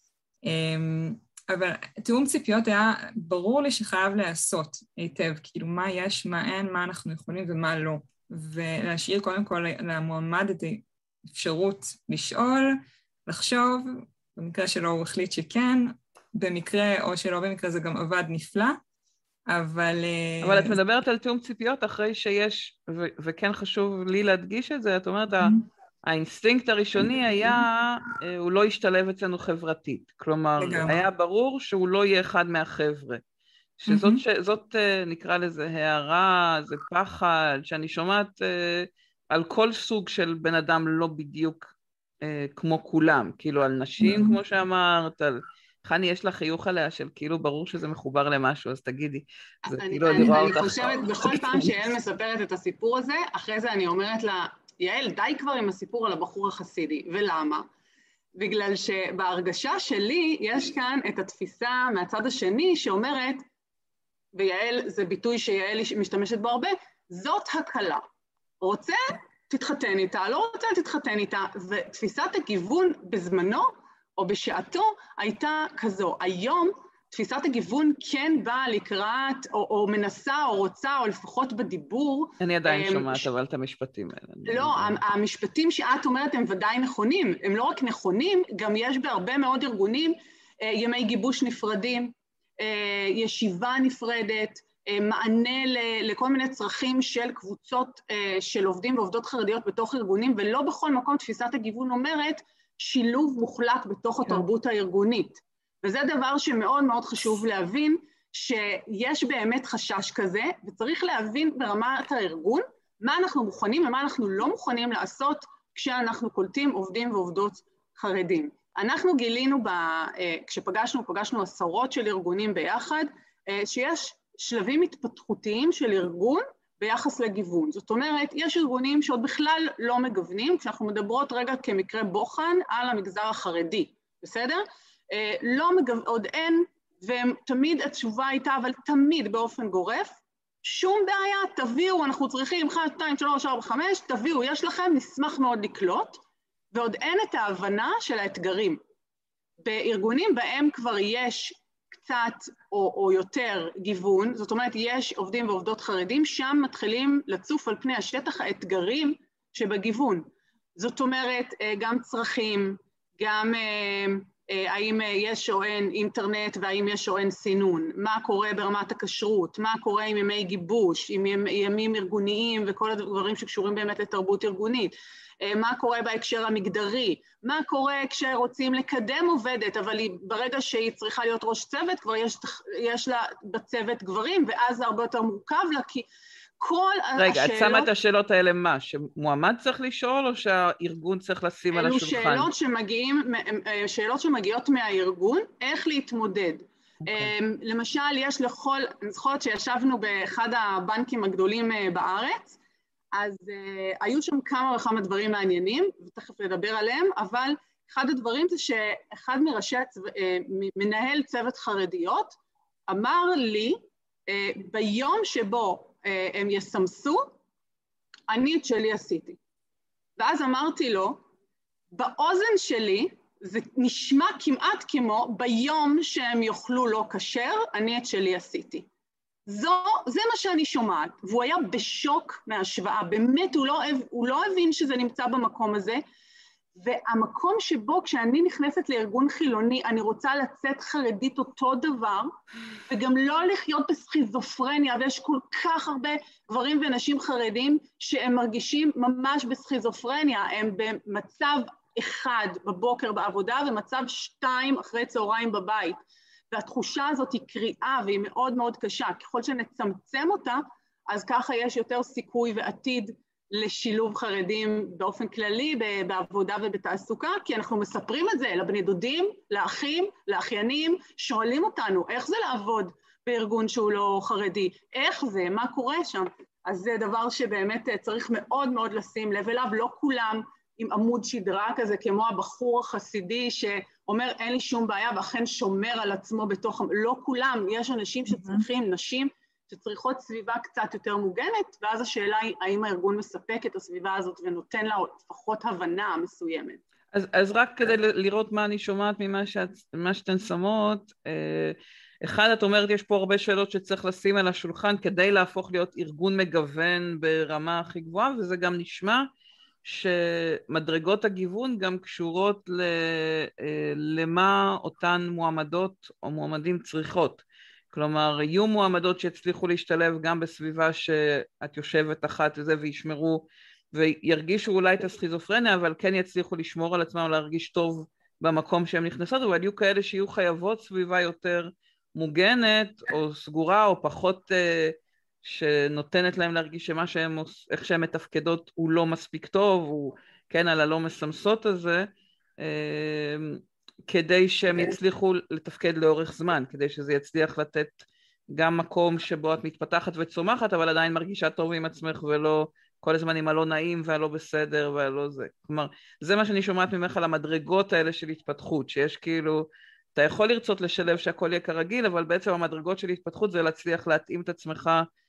אבל תיאום ציפיות היה ברור לי שחייב לעשות היטב, כאילו מה יש, מה אין, מה אנחנו יכולים ומה לא, ולהשאיר קודם כל למועמד את האפשרות לשאול, לחשוב, במקרה שלו הוא החליט שכן, במקרה או שלא במקרה זה גם עבד נפלא, אבל את מדברת על תיאום ציפיות אחרי שיש, וכן חשוב לי להדגיש את זה, את אומרת, האינסטינקט הראשוני היה, הוא לא השתלב אצלנו חברתית, כלומר, היה ברור שהוא לא יהיה אחד מהחבר'ה, שזאת נקרא לזה הערה, זה פחד, שאני שומעת על כל סוג של בן אדם לא בדיוק כמו כולם, כאילו על נשים כמו שאמרת, על חני יש לה חיוך עליה של כאילו ברור שזה מחובר למשהו, אז תגידי. אני חושבת, בכל פעם שיעל מספרת את הסיפור הזה, אחרי זה אני אומרת לה, יעל, די כבר עם הסיפור על הבחור החסידי, ולמה? בגלל שבהרגשה שלי יש כאן את התפיסה מהצד השני שאומרת, ויעל זה ביטוי שיעל משתמשת בו הרבה, זאת הקלה. רוצה? תתחתן איתה, לא רוצה? תתחתן איתה. ותפיסת הגיוון בזמנו או בשעתו הייתה כזו. היום תפיסת הגיוון כן באה לקראת, או מנסה, או רוצה, או לפחות בדיבור. אני עדיין שומעת, אבל את המשפטים האלה. לא, המשפטים שאת אומרת הם ודאי נכונים. הם לא רק נכונים, גם יש בהרבה מאוד ארגונים ימי גיבוש נפרדים, ישיבה נפרדת, מענה לכל מיני צרכים של קבוצות של עובדים ועובדות חרדיות בתוך ארגונים, ולא בכל מקום תפיסת הגיוון אומרת שילוב מוחלט בתוך התרבות הארגונית. וזה דבר שמאוד מאוד חשוב להבין, שיש באמת חשש כזה, וצריך להבין ברמת הארגון מה אנחנו מוכנים ומה אנחנו לא מוכנים לעשות כשאנחנו קולטים עובדים ועובדות חרדים. אנחנו גילינו, כשפגשנו עשרות של ארגונים ביחד, שיש שלבים התפתחותיים של ארגון ביחס לגיוון. זאת אומרת, יש ארגונים שעוד בכלל לא מגוונים, כשאנחנו מדברות רגע כמקרה בוחן על המגזר החרדי, בסדר? עוד אין, ותמיד התשובה הייתה, אבל תמיד באופן גורף, שום בעיה, תביאו, אנחנו צריכים 1, 2, 3, 4, 5, תביאו, יש לכם, נשמח מאוד לקלוט, ועוד אין את ההבנה של האתגרים. בארגונים בהם כבר יש קצת או יותר גיוון, זאת אומרת, יש עובדים ועובדות חרדים, שם מתחילים לצוף על פני השטח האתגרים שבגיוון. זאת אומרת, גם צרכים, גם האם יש או אין אינטרנט והאם יש או אין סינון, מה קורה ברמת הכשרות, מה קורה עם ימי גיבוש, עם ימים ארגוניים וכל הדברים שקשורים באמת לתרבות ארגונית, מה קורה בהקשר המגדרי, מה קורה כשרוצים לקדם עובדת, אבל ברגע שהיא צריכה להיות ראש צוות, כבר יש לה בצוות גברים, ואז זה הרבה יותר מורכב לה, כי כל רגע, את שמה את השאלות האלה מה? שמועמד צריך לשאול או שהארגון צריך לשים על השולחן? אלו שאלות שמגיעות מהארגון, איך להתמודד. למשל, יש אני זוכרת שישבנו באחד הבנקים הגדולים בארץ, אז היו שם כמה וכמה דברים מעניינים, ותכף נדבר עליהם, אבל אחד הדברים זה שאחד מנהל צוות חרדיות, אמר לי, ביום שבו הם יסמסו, אני את שלי עשיתי. ואז אמרתי לו, באוזן שלי, זה נשמע כמעט כמו, ביום שהם יאכלו לא כשר, אני את שלי עשיתי. זה מה שאני שומעת, והוא היה בשוק מההשוואה, באמת הוא לא הבין שזה נמצא במקום הזה, והמקום שבו כשאני נכנסת לארגון חילוני, אני רוצה לצאת חרדית אותו דבר, וגם לא לחיות בסכיזופרניה, ויש כל כך הרבה גברים ונשים חרדים שהם מרגישים ממש בסכיזופרניה, הם במצב 1 בבוקר בעבודה, ומצב 2 אחרי צהריים בבית. והתחושה הזאת היא קריאה והיא מאוד מאוד קשה. ככל שנצמצם אותה, אז ככה יש יותר סיכוי ועתיד לשילוב חרדים באופן כללי בעבודה ובתעסוקה, כי אנחנו מספרים את זה לבני דודים, לאחים, לאחיינים, שואלים אותנו איך זה לעבוד בארגון שהוא לא חרדי, איך זה, מה קורה שם. אז זה דבר שבאמת צריך מאוד מאוד לשים לב אליו, לא כולם עם עמוד שדרה כזה, כמו הבחור החסידי שאומר אין לי שום בעיה, ואכן שומר על עצמו בתוך, לא כולם, יש אנשים שצריכים, נשים שצריכות סביבה קצת יותר מוגנת, ואז השאלה היא האם הארגון מספק את הסביבה הזאת ונותן לה לפחות הבנה מסוימת. אז רק כדי לראות מה אני שומעת ממה שאתן שמות, אחד, את אומרת, יש פה הרבה שאלות שצריך לשים על השולחן כדי להפוך להיות ארגון מגוון ברמה הכי גבוהה, וזה גם נשמע שמדרגות הגיוון גם קשורות למה אותן מועמדות או מועמדים צריכות. כלומר, יהיו מועמדות שיצליחו להשתלב גם בסביבה שאת יושבת אחת וזה, וישמרו וירגישו אולי את הסכיזופרניה, אבל כן יצליחו לשמור על עצמם ולהרגיש טוב במקום שהם נכנסות, אבל יהיו כאלה שיהיו חייבות סביבה יותר מוגנת או סגורה או פחות שנותנת להם להרגיש שמה שהם, איך שהם מתפקדות הוא לא מספיק טוב, הוא כן על הלא מסמסות הזה, כדי שהם יצליחו לתפקד לאורך זמן, כדי שזה יצליח לתת גם מקום שבו את מתפתחת וצומחת, אבל עדיין מרגישה טוב עם עצמך ולא כל הזמן עם הלא נעים והלא בסדר והלא זה. כלומר, זה מה שאני שומעת ממך על המדרגות האלה של התפתחות, שיש כאילו, אתה יכול לרצות לשלב שהכל יהיה כרגיל, אבל בעצם המדרגות של התפתחות זה להצליח להתאים את עצמך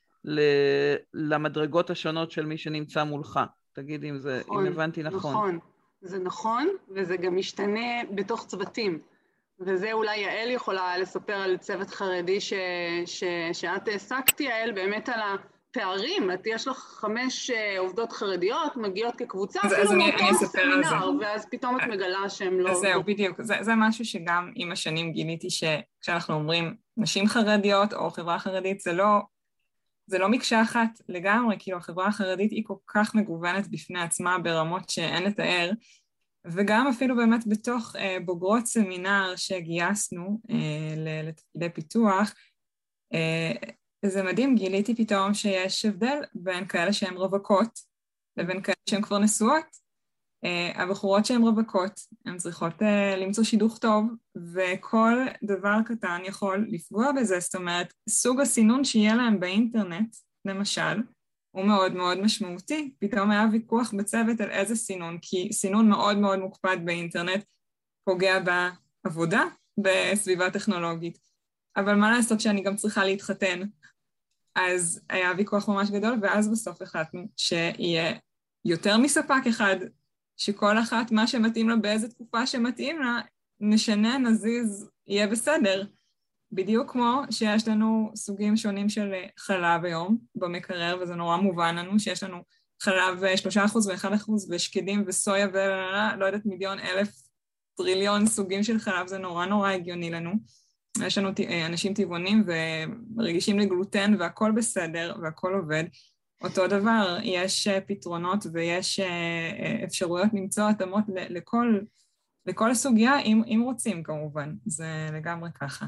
למדרגות השונות של מי שנמצא מולך. תגידי אם זה, נכון, אם הבנתי נכון. נכון, זה נכון, וזה גם משתנה בתוך צוותים. וזה אולי יעל יכולה לספר על צוות חרדי שאת העסקתי, יעל, באמת על הפערים. יש לך 5 עובדות חרדיות, מגיעות כקבוצה, אז אני אספר על זה. ואז פתאום את מגלה שהם לא... זהו, בדיוק. זה משהו שגם עם השנים גיליתי שכשאנחנו אומרים נשים חרדיות או חברה חרדית, זה לא מקשה אחת לגמרי, כאילו החברה החרדית היא כל כך מגוונת בפני עצמה ברמות שאין לתאר, וגם אפילו באמת בתוך בוגרות סמינר שגייסנו לתפקידי פיתוח, זה מדהים, גיליתי פתאום שיש הבדל בין כאלה שהן רווקות, לבין כאלה שהן כבר נשואות. הבחורות שהן רווקות, הן צריכות למצוא שידוך טוב, וכל דבר קטן יכול לפגוע בזה, זאת אומרת, סוג הסינון שיהיה להם באינטרנט, למשל, הוא מאוד מאוד משמעותי. פתאום היה ויכוח בצוות על איזה סינון, כי סינון מאוד מאוד מוקפד באינטרנט, פוגע בעבודה בסביבה טכנולוגית. אבל מה לעשות שאני גם צריכה להתחתן? אז היה ויכוח ממש גדול, ואז בסוף החלטנו שיהיה יותר מספק אחד, שכל אחת מה שמתאים לה באיזה תקופה שמתאים לה, נשנה, נזיז, יהיה בסדר. בדיוק כמו שיש לנו סוגים שונים של חלב היום במקרר, וזה נורא מובן לנו שיש לנו חלב 3% ו1% ושקדים וסויה ולא יודעת 1,000,000,000,000,000,000 סוגים של חלב, זה נורא נורא הגיוני לנו. יש לנו אנשים טבעונים ורגישים לגלוטן והכל בסדר והכל עובד. אותו דבר, יש פתרונות ויש אפשרויות למצוא התאמות לכל הסוגיה, אם רוצים כמובן, זה לגמרי ככה.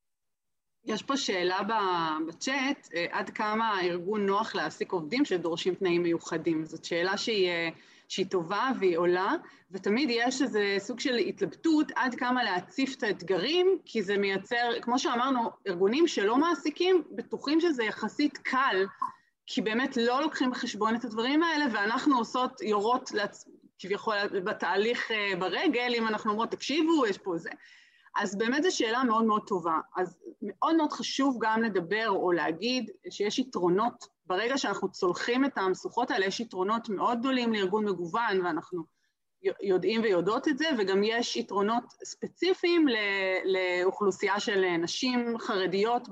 יש פה שאלה בצ'אט, עד כמה הארגון נוח להעסיק עובדים שדורשים תנאים מיוחדים. זאת שאלה שהיא טובה והיא עולה, ותמיד יש איזה סוג של התלבטות עד כמה להציף את האתגרים, כי זה מייצר, כמו שאמרנו, ארגונים שלא מעסיקים, בטוחים שזה יחסית קל, כי באמת לא לוקחים בחשבון את הדברים האלה, ואנחנו עושות יורות כביכול בתהליך ברגל, אם אנחנו אומרות, תקשיבו, יש פה זה. אז באמת זו שאלה מאוד מאוד טובה. אז מאוד מאוד חשוב גם לדבר או להגיד שיש יתרונות, ברגע שאנחנו צולחים את המשוכות האלה, יש יתרונות מאוד גדולים לארגון מגוון, ואנחנו יודעים ויודעות את זה, וגם יש יתרונות ספציפיים לאוכלוסייה של נשים חרדיות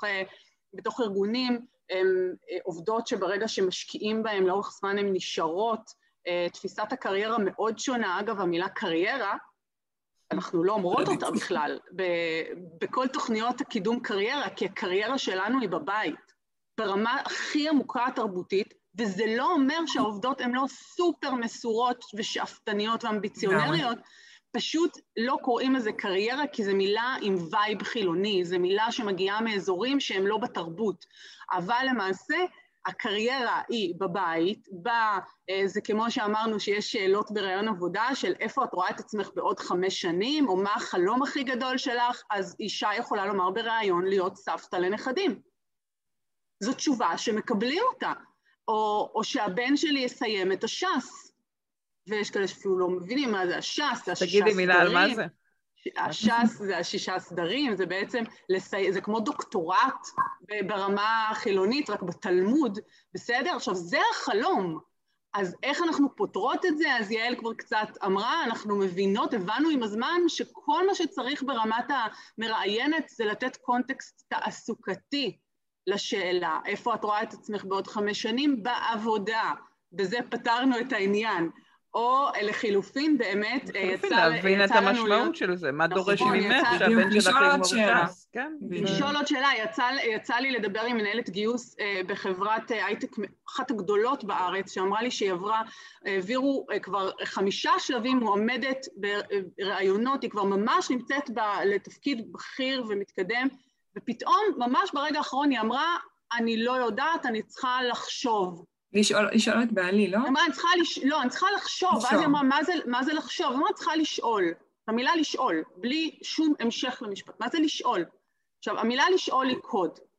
בתוך ארגונים, הן עובדות שברגע שמשקיעים בהן לאורך זמן הן נשארות, תפיסת הקריירה מאוד שונה. אגב, המילה קריירה, אנחנו לא אומרות אותה בכלל, בכל תוכניות הקידום קריירה, כי הקריירה שלנו היא בבית, ברמה הכי עמוקה התרבותית, וזה לא אומר שהעובדות הן לא סופר מסורות ושאפתניות ואמביציונריות, פשוט לא קוראים לזה קריירה, כי זו מילה עם וייב חילוני, זו מילה שמגיעה מאזורים שהם לא בתרבות, אבל למעשה הקריירה היא בבית, זה כמו שאמרנו שיש שאלות ברעיון עבודה, של איפה את רואה את עצמך בעוד 5 שנים, או מה החלום הכי גדול שלך, אז אישה יכולה לומר ברעיון להיות סבתא לנכדים. זו תשובה שמקבלים אותה, או שהבן שלי יסיים את הש"ס, ויש כאלה שאפילו לא מבינים מה זה הש"ס, זה ה6 סדרים. תגידי מילה על מה זה? הש"ס זה ה6 סדרים, זה בעצם, זה כמו דוקטורט ברמה החילונית, רק בתלמוד, בסדר? עכשיו, זה החלום. אז איך אנחנו פותרות את זה? אז יעל כבר קצת אמרה, אנחנו מבינות, הבנו עם הזמן שכל מה שצריך ברמת המראיינת זה לתת קונטקסט תעסוקתי לשאלה, איפה את רואה את עצמך בעוד 5 שנים? בעבודה. בזה פתרנו את העניין. או לחילופין באמת, להבין את המשמעות של זה, מה דורש ממך שהבן שלך יגמור ש"ס. לשאול עוד שאלה, יצא לי לדבר עם מנהלת גיוס בחברת הייטק, אחת הגדולות בארץ, שאמרה לי שהיא העבירו כבר 5 שלבים, מועמדת ברעיונות, היא כבר ממש נמצאת לתפקיד בכיר ומתקדם, ופתאום ממש ברגע האחרון היא אמרה, אני לא יודעת, אני צריכה לחשוב. לשאול את בעלי, לא? אני צריכה לחשוב, ואז היא אמרה, מה זה לחשוב? היא אמרה, צריכה לשאול, המילה לשאול, בלי שום המשך למשפט, מה זה לשאול? עכשיו, המילה לשאול היא קוד,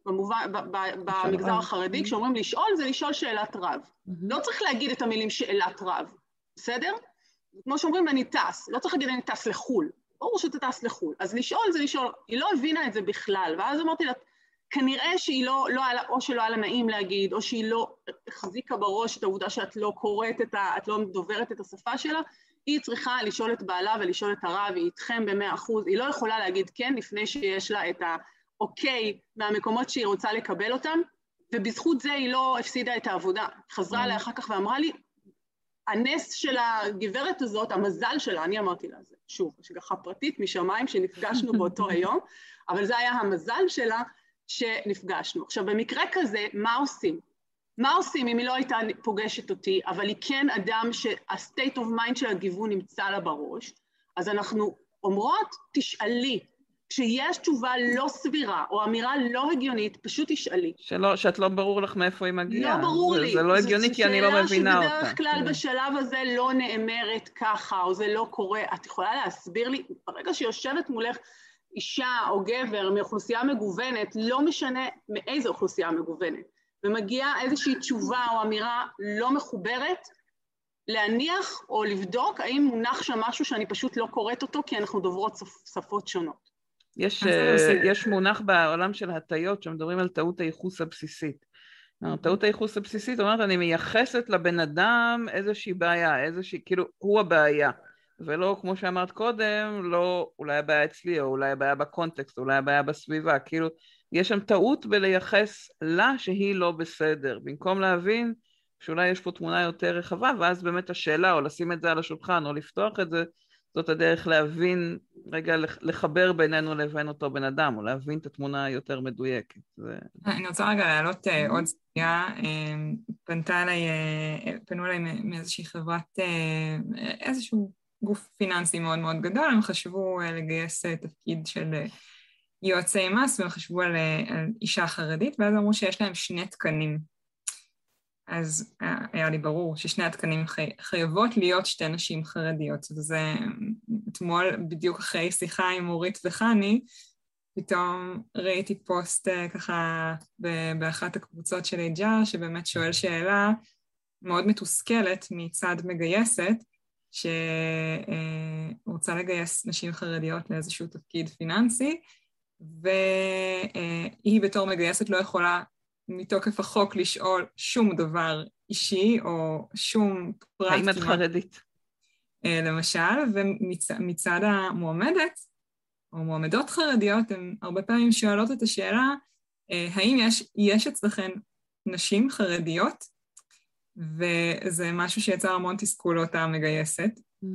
במגזר החרדי, כשאומרים לשאול, זה לשאול שאלת רב. לא צריך להגיד את המילים שאלת רב, בסדר? כמו שאומרים, אני טס, לא צריך להגיד אני טס לחול, ברור שאתה טס לחול, אז לשאול זה לשאול, היא לא הבינה את זה בכלל, ואז אמרתי לה, כנראה שהיא לא או שלא היה לה נעים להגיד, או שהיא לא החזיקה בראש את העובדה שאת לא קוראת את לא דוברת את השפה שלה, היא צריכה לשאול את בעלה ולשאול את הרב, היא איתכם ב100%, היא לא יכולה להגיד כן לפני שיש לה את האוקיי מהמקומות שהיא רוצה לקבל אותם, ובזכות זה היא לא הפסידה את העבודה. חזרה עליה אחר כך ואמרה לי, הנס של הגברת הזאת, המזל שלה, אני אמרתי לה, זה שוב, השגחה פרטית משמיים שנפגשנו באותו היום, אבל זה היה המזל שלה שנפגשנו. עכשיו, במקרה כזה, מה עושים? מה עושים אם היא לא הייתה פוגשת אותי, אבל היא כן אדם שה-state of mind של הגיוון נמצא לה בראש, אז אנחנו אומרות, תשאלי, כשיש תשובה לא סבירה, או אמירה לא הגיונית, פשוט תשאלי. שאת לא ברור לך מאיפה היא מגיעה. לא ברור לי. זה לא הגיוני כי אני לא מבינה אותה. שאלה שבדרך כלל בשלב הזה לא נאמרת ככה, או זה לא קורה. את יכולה להסביר לי, ברגע שיושבת מולך אישה או גבר מאוכלוסייה מגוונת, לא משנה מאיזו אוכלוסייה מגוונת, ומגיעה איזושהי תשובה או אמירה לא מחוברת, להניח או לבדוק האם מונח שם משהו שאני פשוט לא קוראת אותו, כי אנחנו דוברות שפות שונות. יש מונח בעולם של הטיות שמדברים על טעות הייחוס הבסיסית. טעות הייחוס הבסיסית אומרת, אני מייחסת לבן אדם איזושהי בעיה, כאילו הוא הבעיה, ולא כמו שאמרת קודם, לא אולי הבעיה אצלי, או אולי הבעיה בקונטקסט, או אולי הבעיה בסביבה, כאילו יש שם טעות בלייחס לה שהיא לא בסדר, במקום להבין שאולי יש פה תמונה יותר רחבה, ואז באמת השאלה, או לשים את זה על השולחן, או לפתוח את זה, זאת הדרך להבין, רגע לחבר בינינו לבין אותו בן אדם, או להבין את התמונה היותר מדויקת. אני רוצה רגע להעלות עוד סוגיה, פנו אליי מאיזושהי חברת, איזשהו גוף פיננסי מאוד מאוד גדול, הם חשבו לגייס תפקיד של יועצי מס, והם חשבו על אישה חרדית, ואז אמרו שיש להם 2 תקנים. אז היה לי ברור ששני התקנים חייבות להיות 2 נשים חרדיות, וזה אתמול בדיוק אחרי שיחה עם אורית וחני, פתאום ראיתי פוסט ככה באחת הקבוצות של HR, שבאמת שואל שאלה מאוד מתוסכלת מצד מגייסת, שרוצה לגייס נשים חרדיות לאיזשהו תפקיד פיננסי, והיא בתור מגייסת לא יכולה מתוקף החוק לשאול שום דבר אישי או שום פרט. האם את חרדית? למשל, ומצד המועמדת, או מועמדות חרדיות, הן הרבה פעמים שואלות את השאלה, האם יש אצלכן נשים חרדיות? וזה משהו שיצר המון תסכול אותה מגייסת.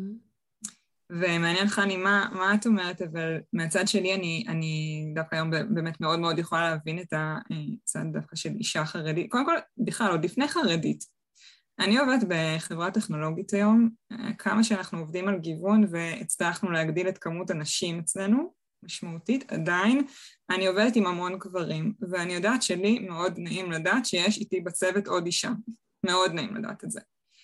ומעניין חני, מה את אומרת, אבל מהצד שלי אני דווקא היום באמת מאוד מאוד יכולה להבין את הצד דווקא של אישה חרדית. קודם כל, בכלל, עוד לפני חרדית. אני עובדת בחברה טכנולוגית היום, כמה שאנחנו עובדים על גיוון והצלחנו להגדיל את כמות הנשים אצלנו, משמעותית, עדיין אני עובדת עם המון גברים, ואני יודעת שלי מאוד נעים לדעת שיש איתי בצוות עוד אישה. מאוד נעים לדעת את זה.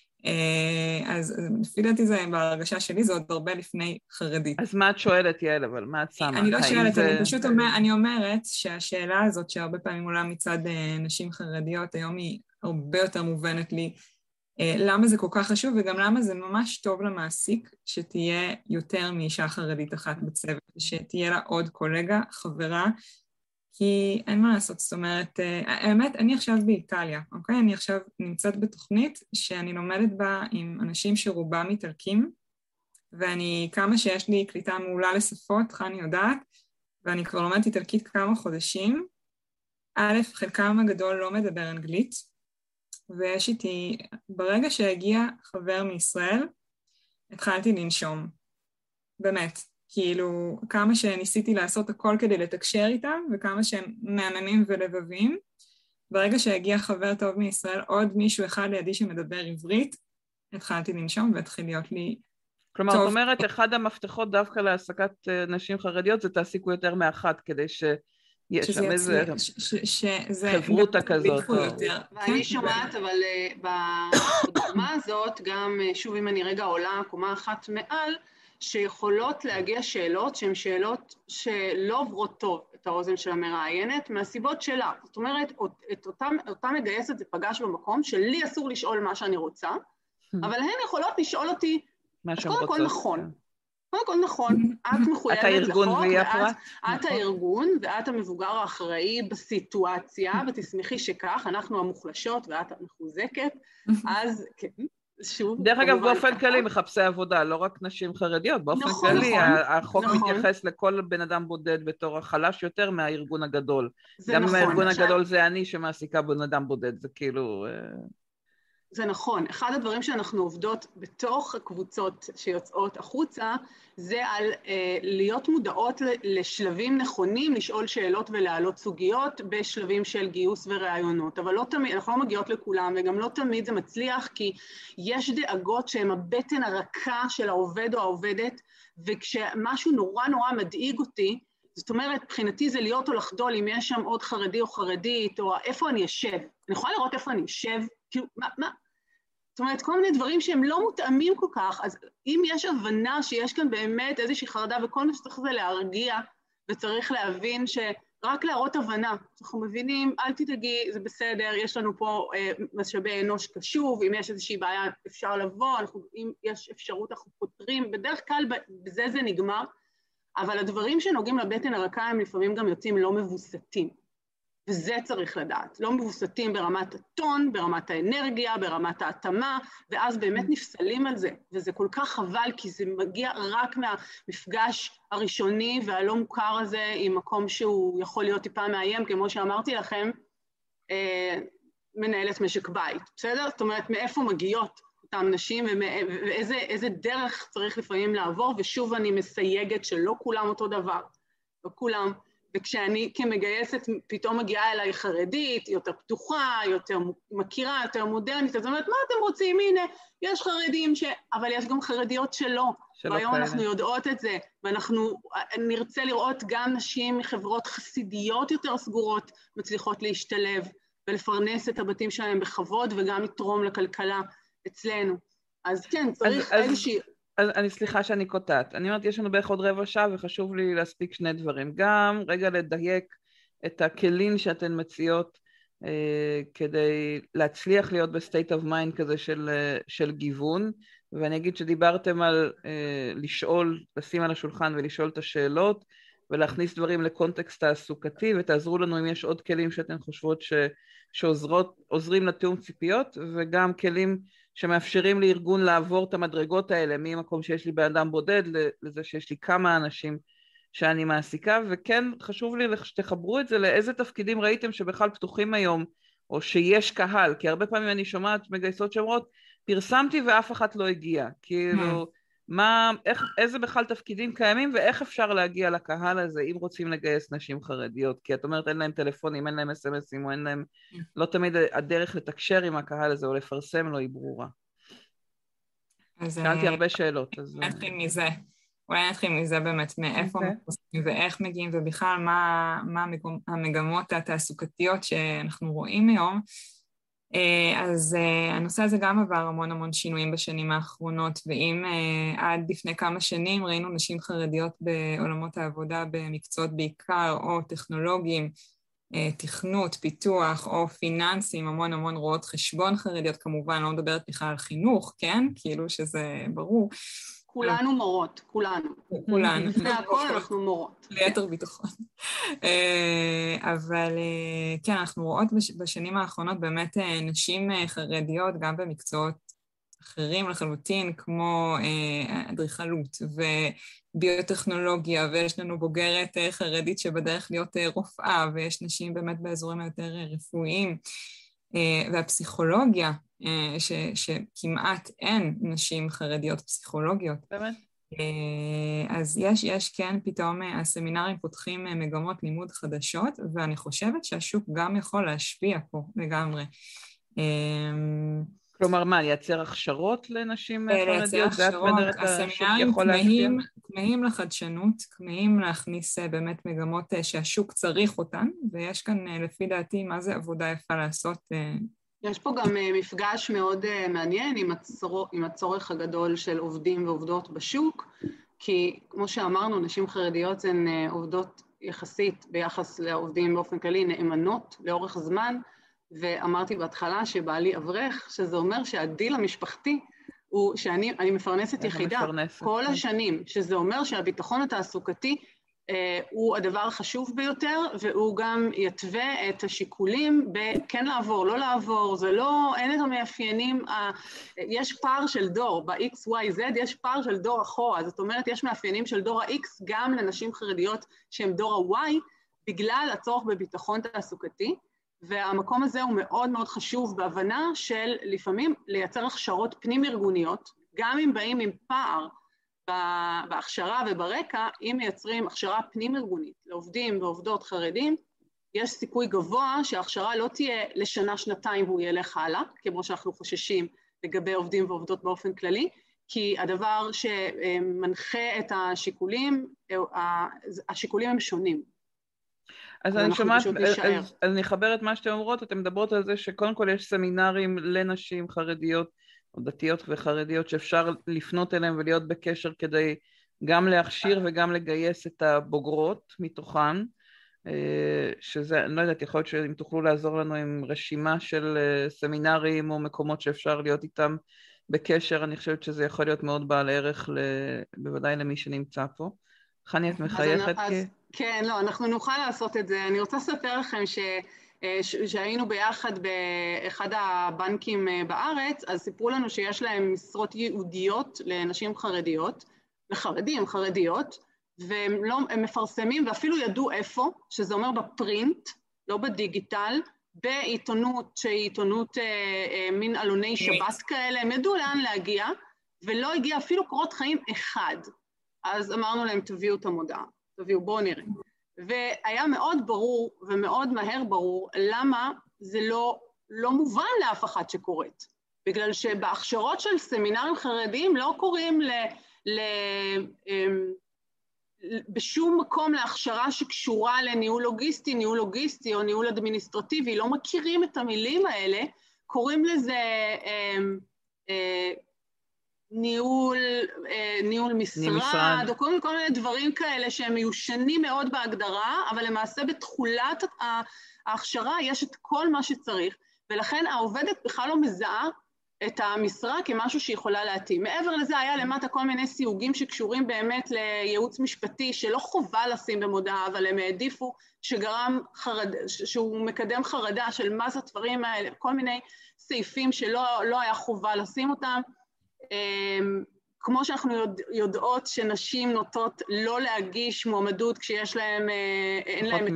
אז לפי דעתי זה, בהרגשה שלי, זה עוד הרבה לפני חרדית. אז מה את שואלת, יעל, אבל מה את שמה? אני לא שואלת, אני פשוט אומרת שהשאלה הזאת, שהרבה פעמים עולה מצד נשים חרדיות, היום היא הרבה יותר מובנת לי, למה זה כל כך חשוב, וגם למה זה ממש טוב למעסיק, שתהיה יותר מאישה חרדית אחת בצוות, שתהיה לה עוד קולגה, חברה, כי אין מה לעשות, זאת אומרת, האמת, אני עכשיו באיטליה, אוקיי? אני עכשיו נמצאת בתוכנית שאני לומדת בה עם אנשים שרובם איטלקים, ואני, כמה שיש לי קליטה מעולה לשפות, חני יודעת, ואני כבר לומדת איטלקית כמה חודשים, א', חלקם הגדול לא מדבר אנגלית, ויש איתי, ברגע שהגיע חבר מישראל, התחלתי לנשום, באמת. כאילו, כמה שניסיתי לעשות הכל כדי לתקשר איתם, וכמה שהם מהממים ולבבים. ברגע שהגיע חבר טוב מישראל, עוד מישהו אחד לידי שמדבר עברית, התחלתי לנשום והתחיל להיות לי כלומר, זאת אומרת, אחד המפתחות דווקא להעסקת נשים חרדיות, זה תעסיקו יותר מאחת, כדי שיש שם איזה חברותה כזאת. ואני שומעת, אבל בדוגמה הזאת, גם שוב אם אני רגע עולה קומה אחת מעל, שיכולות להגיע שאלות שהן שאלות שלא עוברות טוב את האוזן של המראיינת, מהסיבות שלה. זאת אומרת, אותה מגייסת זה פגש במקום שלי אסור לשאול מה שאני רוצה, אבל הן יכולות לשאול אותי, אז קודם כל נכון. קודם כל נכון, את מחויבת לחוק, ואת הארגון, ואת המבוגר האחראי בסיטואציה, ותשמחי שכך, אנחנו המוחלשות ואת המחוזקת, אז כן, שוב. דרך אגב, באופן כללי מחפשי עבודה, לא רק נשים חרדיות, באופן כללי, החוק מתייחס לכל בן אדם בודד בתור החלש יותר מהארגון הגדול. גם אם הארגון הגדול זה אני שמעסיקה בן אדם בודד, זה כאילו... זה נכון. אחד הדברים שאנחנו עובדות בתוך הקבוצות שיוצאות החוצה, זה על להיות מודעות לשלבים נכונים, לשאול שאלות ולהעלות סוגיות בשלבים של גיוס ורעיונות. אבל לא תמיד, אנחנו לא מגיעות לכולם, וגם לא תמיד זה מצליח, כי יש דאגות שהן הבטן הרכה של העובד או העובדת, וכשמשהו נורא נורא מדאיג אותי, זאת אומרת, מבחינתי זה להיות או לחדול, אם יש שם עוד חרדי או חרדית, או איפה אני אשב. אני יכולה לראות איפה אני אשב, כאילו, מה? זאת אומרת, כל מיני דברים שהם לא מותאמים כל כך, אז אם יש הבנה שיש כאן באמת איזושהי חרדה, וכל מה שצריך זה להרגיע, וצריך להבין שרק להראות הבנה, אנחנו מבינים, אל תדאגי, זה בסדר, יש לנו פה משאבי אנוש קשוב, אם יש איזושהי בעיה אפשר לבוא, אם יש אפשרות אנחנו פותרים, בדרך כלל בזה זה נגמר, אבל הדברים שנוגעים לבטן הרכה הם לפעמים גם יוצאים לא מבוסתים. וזה צריך לדעת, לא מבוסתים ברמת הטון, ברמת האנרגיה, ברמת ההתאמה, ואז באמת נפסלים על זה, וזה כל כך חבל, כי זה מגיע רק מהמפגש הראשוני והלא מוכר הזה, עם מקום שהוא יכול להיות טיפה מאיים, כמו שאמרתי לכם, מנהלת משק בית, בסדר? זאת אומרת, מאיפה מגיעות אותם נשים, ואיזה דרך צריך לפעמים לעבור, ושוב אני מסייגת שלא כולם אותו דבר, לא כולם, וכשאני כמגייסת פתאום מגיעה אליי חרדית, יותר פתוחה, יותר מכירה, יותר מודרנית, אז אומרת, מה אתם רוצים? הנה, יש חרדים אבל יש גם חרדיות שלא. והיום אנחנו יודעות את זה, ואנחנו נרצה לראות גם נשים מחברות חסידיות יותר סגורות, מצליחות להשתלב ולפרנס את הבתים שלהם בכבוד, וגם לתרום לכלכלה אצלנו. אז כן, צריך איזושהי... אז אני סליחה שאני קוטעת. אני אומרת, יש לנו בערך עוד רבע שעה וחשוב לי להספיק שני דברים. גם רגע לדייק את הכלים שאתן מציעות כדי להצליח להיות בסטייט אוף מיינד כזה של גיוון, ואני אגיד שדיברתם על לשאול, לשים על השולחן ולשאול את השאלות, ולהכניס דברים לקונטקסט תעסוקתי, ותעזרו לנו אם יש עוד כלים שאתן חושבות שעוזרים לתיאום ציפיות, וגם כלים שמאפשרים לארגון לעבור את המדרגות האלה, ממקום שיש לי באדם בודד, לזה שיש לי כמה אנשים שאני מעסיקה, וכן חשוב לי שתחברו את זה לאיזה תפקידים ראיתם שבכלל פתוחים היום, או שיש קהל, כי הרבה פעמים אני שומעת מגייסות שאומרות, פרסמתי ואף אחת לא הגיע, כאילו, איזה בכלל תפקידים קיימים, ואיך אפשר להגיע לקהל הזה, אם רוצים לגייס נשים חרדיות, כי את אומרת אין להם טלפונים, אין להם אס-אמסים, או אין להם, לא תמיד הדרך לתקשר עם הקהל הזה, או לפרסם לו היא ברורה. שאלתי הרבה שאלות. אולי נתחיל מזה באמת, מאיפה מפרסמים ואיך מגיעים, ובכלל מה המגמות התעסוקתיות שאנחנו רואים היום, אז הנושא הזה גם עבר המון שינויים בשנים האחרונות, ואם עד לפני כמה שנים ראינו נשים חרדיות בעולמות העבודה במקצועות בעיקר, או טכנולוגיים, תכנות, פיתוח, או פיננסים, המון רואות חשבון חרדיות, כמובן לא מדברת בכלל על חינוך, כן? כאילו שזה ברור. כולנו מורות, כולנו. לפני הכל אנחנו מורות. ליתר ביטחון. אבל כן, אנחנו רואות בשנים האחרונות באמת נשים חרדיות, גם במקצועות אחרים לחלוטין, כמו אדריכלות וביוטכנולוגיה, ויש לנו בוגרת חרדית שבדרך להיות רופאה, ויש נשים באמת באזורים היותר רפואיים, והפסיכולוגיה, שכמעט אין נשים חרדיות פסיכולוגיות. באמת? אז יש כן, פתאום הסמינרים פותחים מגמות לימוד חדשות, ואני חושבת שהשוק גם יכול להשפיע פה לגמרי. כלומר מה, לייצר הכשרות לנשים חרדיות? לייצר הכשרות, הסמינרים כמהים לחדשנות, כמהים להכניס באמת מגמות שהשוק צריך אותן, ויש כאן לפי דעתי מה זה עבודה יפה לעשות. יש פה גם מפגש מאוד מעניין עם הצורך הגדול של עובדים ועובדות בשוק, כי כמו שאמרנו, נשים חרדיות הן עובדות יחסית ביחס לעובדים באופן כללי נאמנות לאורך זמן, ואמרתי בהתחלה שבעלי אברך, שזה אומר שהדיל המשפחתי הוא שאני מפרנסת יחידה כל השנים, שזה אומר שהביטחון התעסוקתי הוא הדבר החשוב ביותר, והוא גם יתווה את השיקולים בכן לעבור, לא לעבור, זה לא, אין את המאפיינים, יש פער של דור, ב-XYZ יש פער של דור אחורה, זאת אומרת יש מאפיינים של דור ה-X גם לנשים חרדיות שהם דור ה-Y, בגלל הצורך בביטחון תעסוקתי, והמקום הזה הוא מאוד מאוד חשוב בהבנה של לפעמים לייצר הכשרות פנים-ארגוניות, גם אם באים עם פער בהכשרה וברקע, אם מייצרים הכשרה פנים-ארגונית לעובדים ועובדות חרדים, יש סיכוי גבוה שההכשרה לא תהיה לשנה, שנתיים והוא ילך הלאה, כמו שאנחנו חוששים לגבי עובדים ועובדות באופן כללי, כי הדבר שמנחה את השיקולים, השיקולים הם שונים. אז אני שומעת, אז אני אחבר את מה שאתם אומרות, אתם מדברות על זה שקודם כל יש סמינרים לנשים חרדיות, או דתיות וחרדיות, שאפשר לפנות אליהם ולהיות בקשר כדי גם להכשיר וגם לגייס את הבוגרות מתוכן, שזה, אני לא יודעת, יכול להיות שאם תוכלו לעזור לנו עם רשימה של סמינרים או מקומות שאפשר להיות איתם בקשר, אני חושבת שזה יכול להיות מאוד בעל ערך, בוודאי למי שנמצא פה. חני, את מחייכת? כן, לא, אנחנו נוכל לעשות את זה. אני רוצה לספר לכם שהיינו ביחד באחד הבנקים בארץ, אז סיפרו לנו שיש להם משרות ייעודיות לנשים חרדיות, לחרדים, חרדיות, והם מפרסמים, ואפילו ידעו איפה, שזה אומר בפרינט, לא בדיגיטל, בעיתונות שהיא עיתונות מין אלוני שבת כאלה, הם ידעו לאן להגיע, ולא הגיע אפילו קורות חיים אחד. אז אמרנו להם, תביאו את המודעה, תביאו, בואו נראה. והיה מאוד ברור ומאוד מהר ברור למה זה לא מובן לאף אחד שקורית. בגלל שבהכשרות של סמינרים חרדיים לא קוראים בשום מקום להכשרה שקשורה לניהול לוגיסטי או ניהול אדמיניסטרטיבי, לא מכירים את המילים האלה, קוראים לזה ניהול משרד, או כל מיני דברים כאלה שהם מיושנים מאוד בהגדרה, אבל למעשה בתחולת ההכשרה יש את כל מה שצריך, ולכן העובדת בכלל לא מזהה את המשרה כמשהו שיכולה להתאים. מעבר לזה היה למטה כל מיני סיוגים שקשורים באמת לייעוץ משפטי, שלא חובה לשים במודעה, אבל הם העדיפו שהוא מקדם חרדה של מה זה הדברים האלה, כל מיני סעיפים שלא היה חובה לשים אותם. כמו שאנחנו יודעות שנשים נוטות לא להגיש מועמדות כשיש להם, אין להם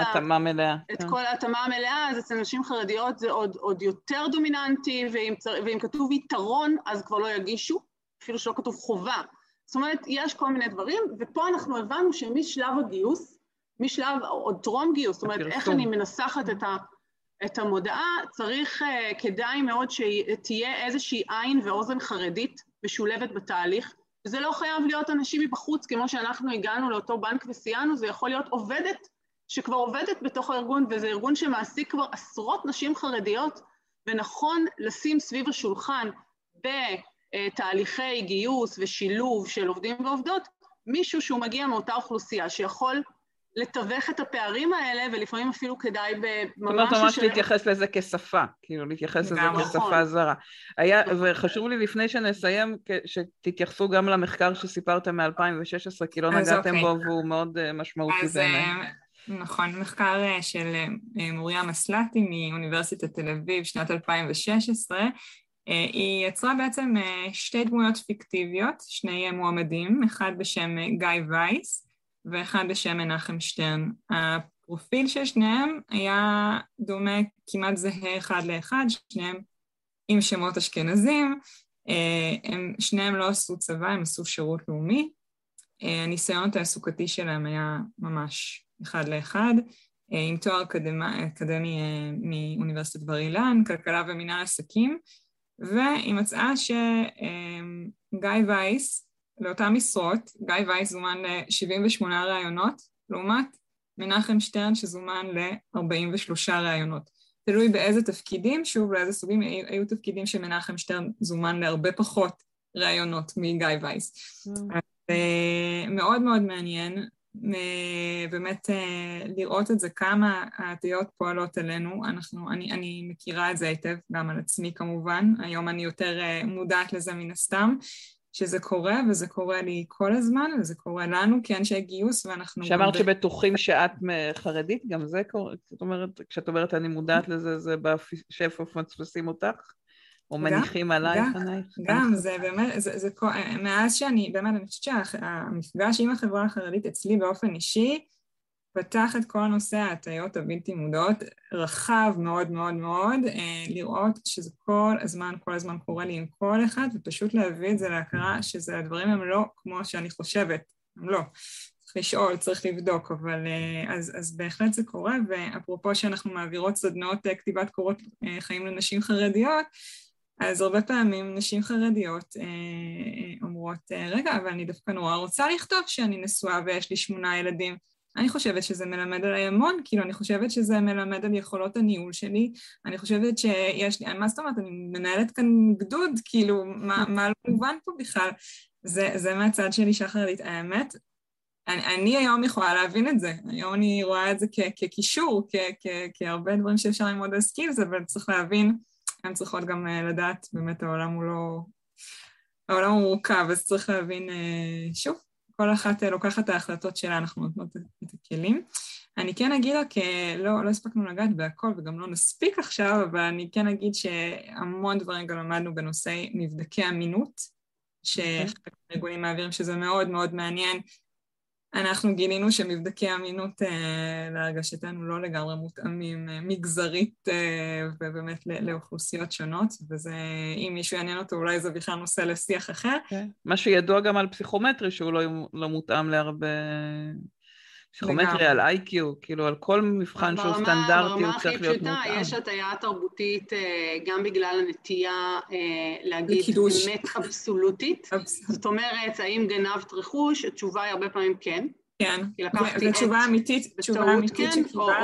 את כל ההתאמה המלאה, אז אצל נשים חרדיות זה עוד יותר דומיננטי, ואם כתוב יתרון אז כבר לא יגישו, אפילו שלא כתוב חובה. זאת אומרת, יש כל מיני דברים, ופה אנחנו הבנו שמשלב הגיוס, משלב עוד טרום גיוס, זאת אומרת, איך אני מנסחת את המודעה, צריך, כדאי מאוד שתהיה איזושהי עין ואוזן חרדית משולבת בתהליך, וזה לא חייב להיות אנשים מבחוץ, כמו שאנחנו הגענו לאותו בנק וסייענו, זה יכול להיות עובדת שכבר עובדת בתוך הארגון, וזה ארגון שמעסיק כבר עשרות נשים חרדיות, ונכון לשים סביב השולחן בתהליכי גיוס ושילוב של עובדים ועובדות, מישהו שהוא מגיע מאותה אוכלוסייה, שיכול לתווך את הפערים האלה, ולפעמים אפילו כדאי ממש להתייחס לזה כשפה, כאילו להתייחס לזה כשפה זרה. וחשוב לי לפני שנסיים, שתתייחסו גם למחקר שסיפרתם מ-2016, כי לא נגעתם בו, והוא מאוד משמעותי בעיניי. נכון, מחקר של מוריה מסלטי מאוניברסיטת תל אביב, שנת 2016, היא יצרה בעצם שתי דמויות פיקטיביות, שני מועמדים, אחד בשם גיא וייס, ואחד בשם מנחם שטרן. הפרופיל של שניהם היה דומה כמעט זהה אחד לאחד, שניהם עם שמות אשכנזים, שניהם לא עשו צבא, הם עשו שירות לאומי, הניסיון התעסוקתי שלהם היה ממש אחד לאחד, עם תואר אקדמי מאוניברסיטת בר אילן, כלכלה ומנהל עסקים, והיא מצאה שגיא וייס, לאותן משרות, גיא וייס זומן ל-78 ראיונות, לעומת מנחם שטרן שזומן ל-43 ראיונות. תלוי באיזה תפקידים, שוב לאיזה סוגים, היו תפקידים שמנחם שטרן זומן להרבה פחות ראיונות מגיא וייס. מאוד מאוד מעניין, באמת לראות את זה, כמה ההטיות פועלות עלינו. אני מכירה את זה היטב, גם על עצמי כמובן. היום אני יותר מודעת לזה מן הסתם, שזה קורה, וזה קורה לי כל הזמן, וזה קורה לנו כאנשי גיוס, ואנחנו... שאמרת שבטוחים שאת חרדית, גם זה קורה, זאת אומרת, כשאת אומרת אני מודעת לזה, זה שאיפה מפספסים אותך? או מניחים עלייך, ענייך? גם, זה באמת, מאז שאני, באמת, אני חושבת שהמפגש עם החברה החרדית אצלי באופן אישי, פתח את כל נושא ההטיות הבלתי מודעות, רחב מאוד מאוד מאוד, לראות שזה כל הזמן קורה לי עם כל אחד, ופשוט להביא את זה להכרה שזה הדברים הם לא כמו שאני חושבת, הם לא. צריך לשאול, צריך לבדוק, אבל אז בהחלט זה קורה, ואפרופו שאנחנו מעבירות סדנאות כתיבת קורות חיים לנשים חרדיות, אז הרבה פעמים נשים חרדיות אומרות, רגע, אבל אני דווקא נורא רוצה לכתוב שאני נשואה ויש לי 8 ילדים. אני חושבת שזה מלמד עליי המון, כאילו אני חושבת שזה מלמד על יכולות הניהול שלי, אני חושבת שיש לי, מה זאת אומרת, אני מנהלת כאן גדוד, כאילו, מה לא מובן פה בכלל? זה מהצד של אישה חרדית, האמת. אני היום יכולה להבין את זה, היום אני רואה את זה כקישור, כהרבה דברים שאפשר ללמוד על סקילס, אבל צריך להבין, הן צריכות גם לדעת, באמת העולם הוא לא, העולם הוא מורכב, אז צריך להבין, שוב, כל אחת לוקחת את ההחלטות שלה, אנחנו נותנות את הכלים. אני כן אגיד רק, לא הספקנו לגעת בהכל וגם לא נספיק עכשיו, אבל אני כן אגיד שהמון דברים גם למדנו בנושאי מבדקי אמינות, שחלק מהארגונים מעבירים שזה מאוד מאוד מעניין. אנחנו גילינו שמבדקי אמינות להרגשתנו לא לגמרי מותאמים מגזרית ובאמת לאוכלוסיות שונות, וזה, אם מישהו יעניין אותו, אולי זה בכלל נושא לשיח אחר. מה שידוע גם על פסיכומטרי, שהוא לא מותאם להרבה... פסיכומטרי על IQ, כאילו על כל מבחן שהוא סטנדרטי, הוא צריך להיות מותאם. ברמה הכי פשוטה, יש הטיה תרבותית גם בגלל הנטייה להגיד אמת אבסולוטית. זאת אומרת, האם גנבת רכוש? התשובה היא הרבה פעמים כן. כן, ותשובה אמיתית שקיבלתי.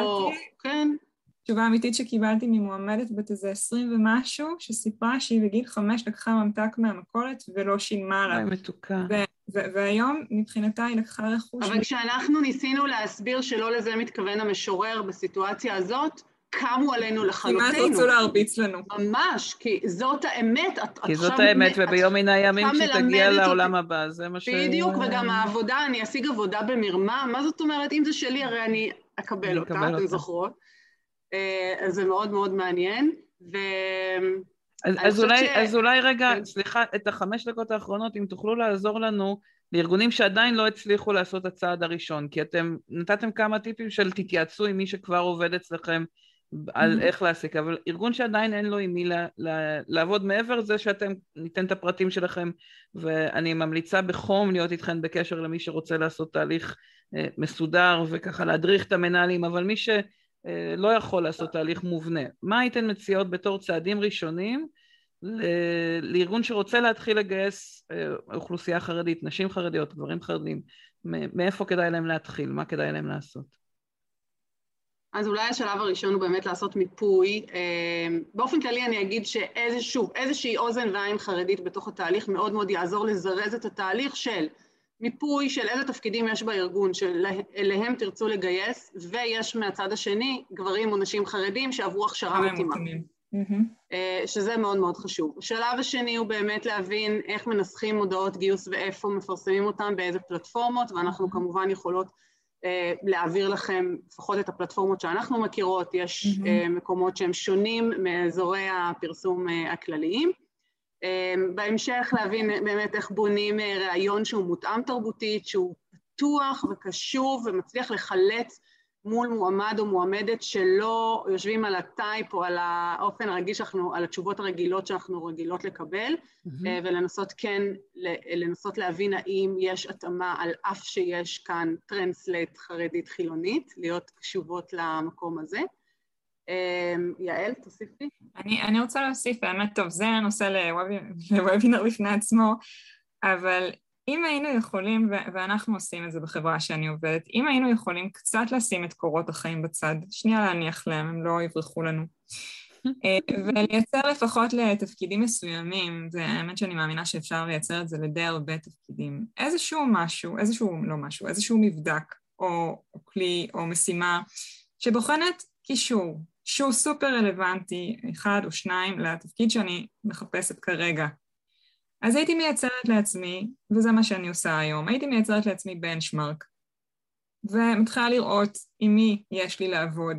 כן. תשובה אמיתית שקיבלתי ממועמדת בת איזה 20 ומשהו, שסיפרה שהיא בגיל 5 לקחה ממתק מהמכולת ולא שילמה לה. מתוקה. והיום מבחינתה היא לקחה רכוש. אבל כשאנחנו ניסינו להסביר שלא לזה מתכוון המשורר בסיטואציה הזאת, קמו עלינו לחלוטין. כמעט רצו להרביץ לנו. ממש, כי זאת האמת. כי זאת האמת, וביום מן הימים שהיא תגיע לעולם הבא, זה מה ש... בדיוק, וגם העבודה, אני אשיג עבודה במרמה, מה זאת אומרת? אם זה שלי, הרי אני אקבל אותה, אתן זוכרות. אז זה מאוד מאוד מעניין, אז אולי רגע, סליחה, את 5 דקות האחרונות, אם תוכלו לעזור לנו לארגונים שעדיין לא הצליחו לעשות את הצעד הראשון, כי אתם נתתם כמה טיפים של תתייעצו עם מי שכבר עובד אצלכם על איך להסיק, אבל ארגון שעדיין אין לו עם מי לעבוד מעבר זה שאתם ניתן את הפרטים שלכם, ואני ממליצה בחום להיות איתכם בקשר למי שרוצה לעשות תהליך מסודר וככה להדריך את המנהלים, אבל מי שלא יכול לעשות תהליך מובנה, מה הייתן מציעות בתור צעדים ראשונים לארגון שרוצה להתחיל לגייס אוכלוסייה חרדית, נשים חרדיות, גברים חרדים, מאיפה כדאי להם להתחיל, מה כדאי להם לעשות? אז אולי השלב הראשון הוא באמת לעשות מיפוי. באופן כללי אני אגיד שאיזושהי אוזן ועין חרדית בתוך התהליך מאוד מאוד יעזור לזרז את התהליך של מיפוי של איזה תפקידים יש בארגון שאליהם תרצו לגייס, ויש מהצד השני גברים או נשים חרדים שעברו הכשרה מתאימה. שזה מאוד מאוד חשוב. השלב השני הוא באמת להבין איך מנסחים מודעות גיוס ואיפה מפרסמים אותם, באיזה פלטפורמות, ואנחנו כמובן יכולות להעביר לכם לפחות את הפלטפורמות שאנחנו מכירות, יש מקומות שהם שונים מאזורי הפרסום הכלליים. בהמשך להבין באמת איך בונים רעיון שהוא מותאם תרבותית, שהוא פתוח וקשוב ומצליח לחלץ מול מועמד או מועמדת שלא יושבים על הטייפ או על האופן הרגיל על התשובות הרגילות שאנחנו רגילות לקבל, ולנסות לנסות להבין האם יש התאמה על אף שיש כאן טרנסלייט חרדית חילונית, להיות קשובות למקום הזה. יעל, תוסיפי. אני רוצה להוסיף, באמת טוב, זה הנושא לוובינר בפני עצמו, אבל אם היינו יכולים, ואנחנו עושים את זה בחברה שאני עובדת, אם היינו יכולים קצת לשים את קורות החיים בצד, שנייה להניח להם, הם לא יברחו לנו, ולייצר לפחות לתפקידים מסוימים, זה האמת שאני מאמינה שאפשר לייצר את זה לדי הרבה תפקידים. איזשהו מבדק, או כלי, או משימה, שבוחנת קישור, שהוא סופר רלוונטי, 1 או 2, לתפקיד שאני מחפשת כרגע. אז הייתי מייצרת לעצמי, וזה מה שאני עושה היום, הייתי מייצרת לעצמי בנצ'מרק, ומתחילה לראות עם מי יש לי לעבוד.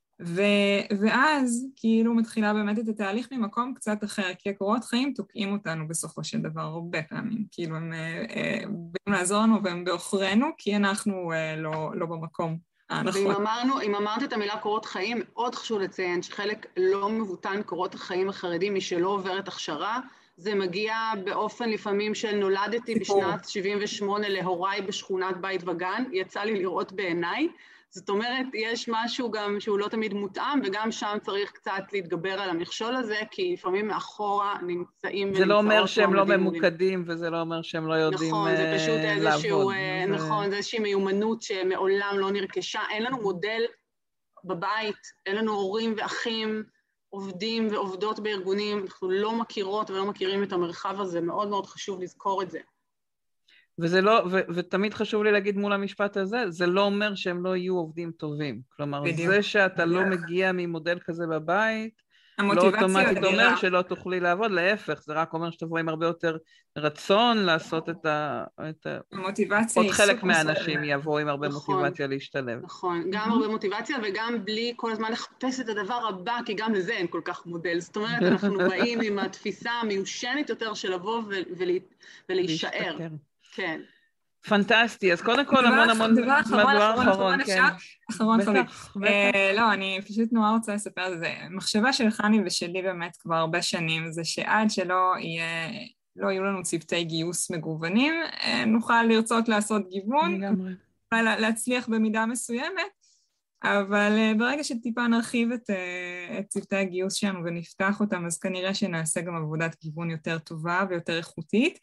ואז כאילו מתחילה באמת את התהליך ממקום קצת אחר, כי הקורות חיים תוקעים אותנו בסופו של דבר הרבה פעמים, כאילו הם באים לעזור לנו והם באוכרנו, כי אנחנו לא במקום הנכון. ואם אמרת את המילה קורות חיים, מאוד חשוב לציין שחלק לא מבוטן קורות החיים החרדים, מי שלא עוברת הכשרה, זה מגיע באופן לפעמים של נולדתי בשנת 78 להוריי בשכונת בית וגן, יצא לי לראות בעיניי, זאת אומרת, יש משהו גם שהוא לא תמיד מותאם, וגם שם צריך קצת להתגבר על המכשול הזה, כי לפעמים מאחורה נמצאים זה לא אומר שהם לא ממוקדים, וזה לא אומר שהם לא יודעים לעבוד. נכון, זה פשוט איזשהו, נכון, זה איזושהי מיומנות שמעולם לא נרכשה. אין לנו מודל בבית, אין לנו הורים ואחים, עובדים ועובדות בארגונים, אנחנו לא מכירות ולא מכירים את המרחב הזה, מאוד מאוד חשוב לזכור את זה. וזה לא, ותמיד חשוב לי להגיד מול המשפט הזה, זה לא אומר שהם לא יהיו עובדים טובים. כלומר, זה שאתה לא מגיע ממודל כזה בבית, לא אוטומטית אומר שלא תוכלי לעבוד, להפך, זה רק אומר שתבוא עם הרבה יותר רצון לעשות את המוטיבציה. עוד חלק מהאנשים יבואו עם הרבה מוטיבציה להשתלב. נכון, גם הרבה מוטיבציה וגם בלי כל הזמן לחפש את הדבר הבא, כי גם לזה אין כל כך מודל. זאת אומרת, אנחנו באים עם התפיסה המיושנת יותר של לבוא ולהישאר. כן. פנטסטי, אז קודם כל המון דבר אחרון, כן. אחרון חביב. לא, אני פשוט נורא רוצה לספר על זה. מחשבה של חני ושלי באמת כבר הרבה שנים, זה שעד שלא יהיו לנו צוותי גיוס מגוונים, נוכל לרצות לעשות גיוון, להצליח במידה מסוימת, אבל ברגע שטיפה נרחיב את צוותי הגיוס שלנו ונפתח אותם, אז כנראה שנעשה גם עבודת גיוון יותר טובה ויותר איכותית,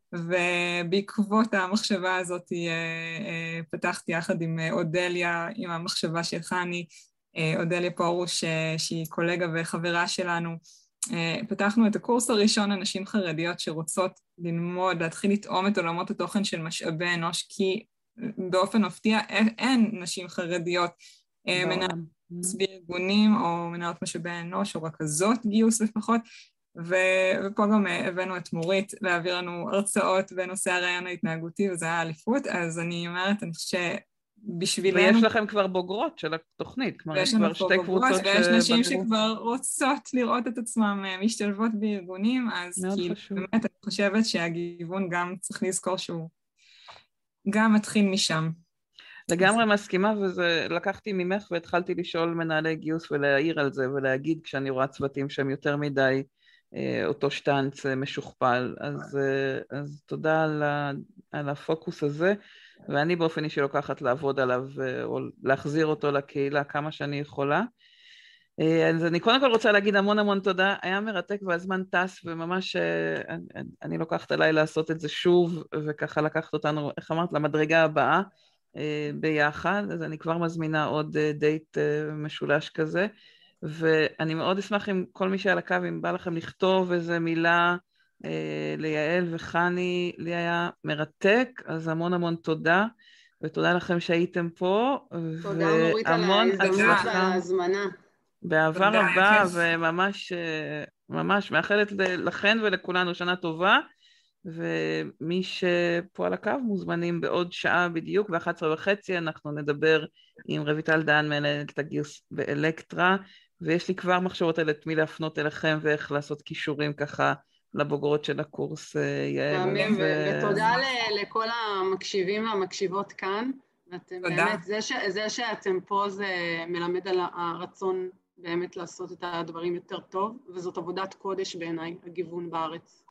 ובעקבות המחשבה הזאת פתחתי יחד עם אודליה, עם המחשבה של חני, אודליה פורוש, שהיא קולגה וחברה שלנו, פתחנו את הקורס הראשון לנשים חרדיות שרוצות ללמוד, להתחיל לטעום את עולמות התוכן של משאבי אנוש, כי באופן מפתיע אין נשים חרדיות מנהלות בארגונים או מנהלות משאבי אנוש או רכזות גיוס לפחות, ופה גם הבאנו את מורית להעביר לנו הרצאות בנושא הרעיון ההתנהגותי, וזה היה אליפות, אז אני אומרת, אני חושב שבשבילנו... ויש לכם כבר בוגרות של התוכנית, כלומר יש כבר שתי קבוצות ויש נשים שכבר רוצות לראות את עצמם משתלבות בארגונים, אז כאילו באמת אני חושבת שהגיוון גם צריך לזכור שהוא גם מתחיל משם. לגמרי מסכימה, וזה לקחתי ממך והתחלתי לשאול מנהלי גיוס ולהעיר על זה ולהגיד כשאני רואה צוותים שהם יותר מדי אותו שטנץ משוכפל, אז תודה על הפוקוס הזה, ואני באופן אישי לוקחת לעבוד עליו או להחזיר אותו לקהילה כמה שאני יכולה. אז אני קודם כל רוצה להגיד המון תודה, היה מרתק והזמן טס, וממש אני לוקחת עליי לעשות את זה שוב, וככה לקחת אותנו, איך אמרת, למדרגה הבאה ביחד, אז אני כבר מזמינה עוד דייט משולש כזה, ואני מאוד אשמח אם כל מי שעל הקו, אם בא לכם לכתוב איזה מילה ליעל וחני, לי היה מרתק, אז המון תודה, ותודה לכם שהייתם פה. תודה מורית על ההזדמנות וההזמנה. באהבה רבה, וממש מאחלת לכן ולכולנו שנה טובה, ומי שפה על הקו מוזמנים בעוד שעה בדיוק, ב-11:30 אנחנו נדבר עם רויטל דהן מנהלת הגיוס באלקטרה, ויש לי כבר מחשבות על את מי להפנות אליכם ואיך לעשות קישורים ככה לבוגרות של הקורס יעל. ותודה לכל המקשיבים והמקשיבות כאן, ואתם באמת, זה שאתם פה זה מלמד על הרצון באמת לעשות את הדברים יותר טוב, וזאת עבודת קודש בעיניי, הגיוון בארץ.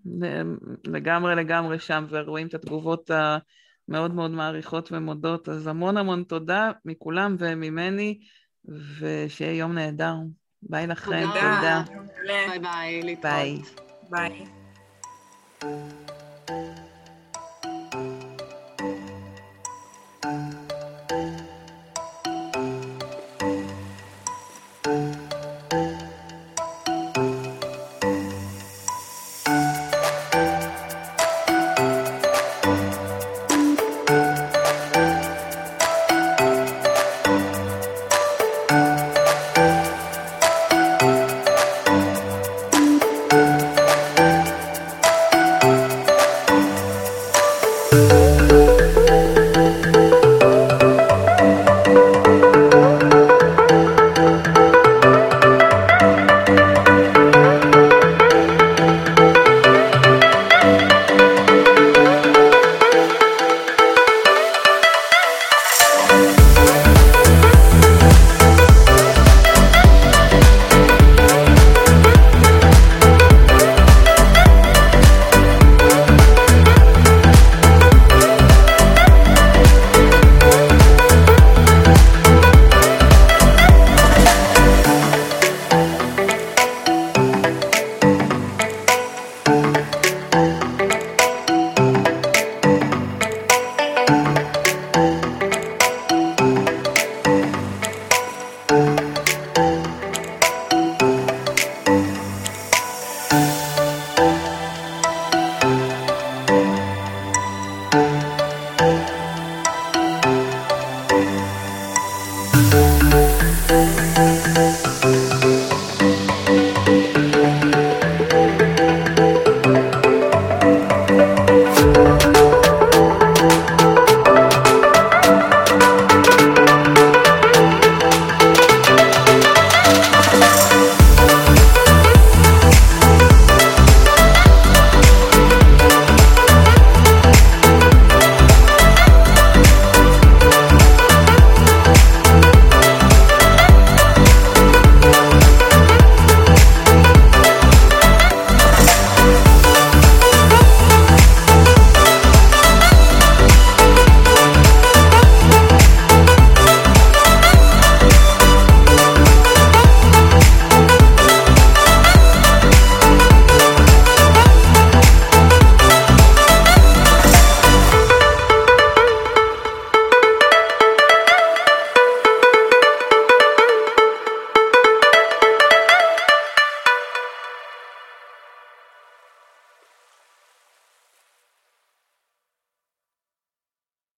לגמרי שם, ורואים את התגובות המאוד מעריכות ומודות, אז המון תודה מכולם וממני, ושיהיה יום נהדר. ביי לכם, תודה. ביי, להתראות. ביי.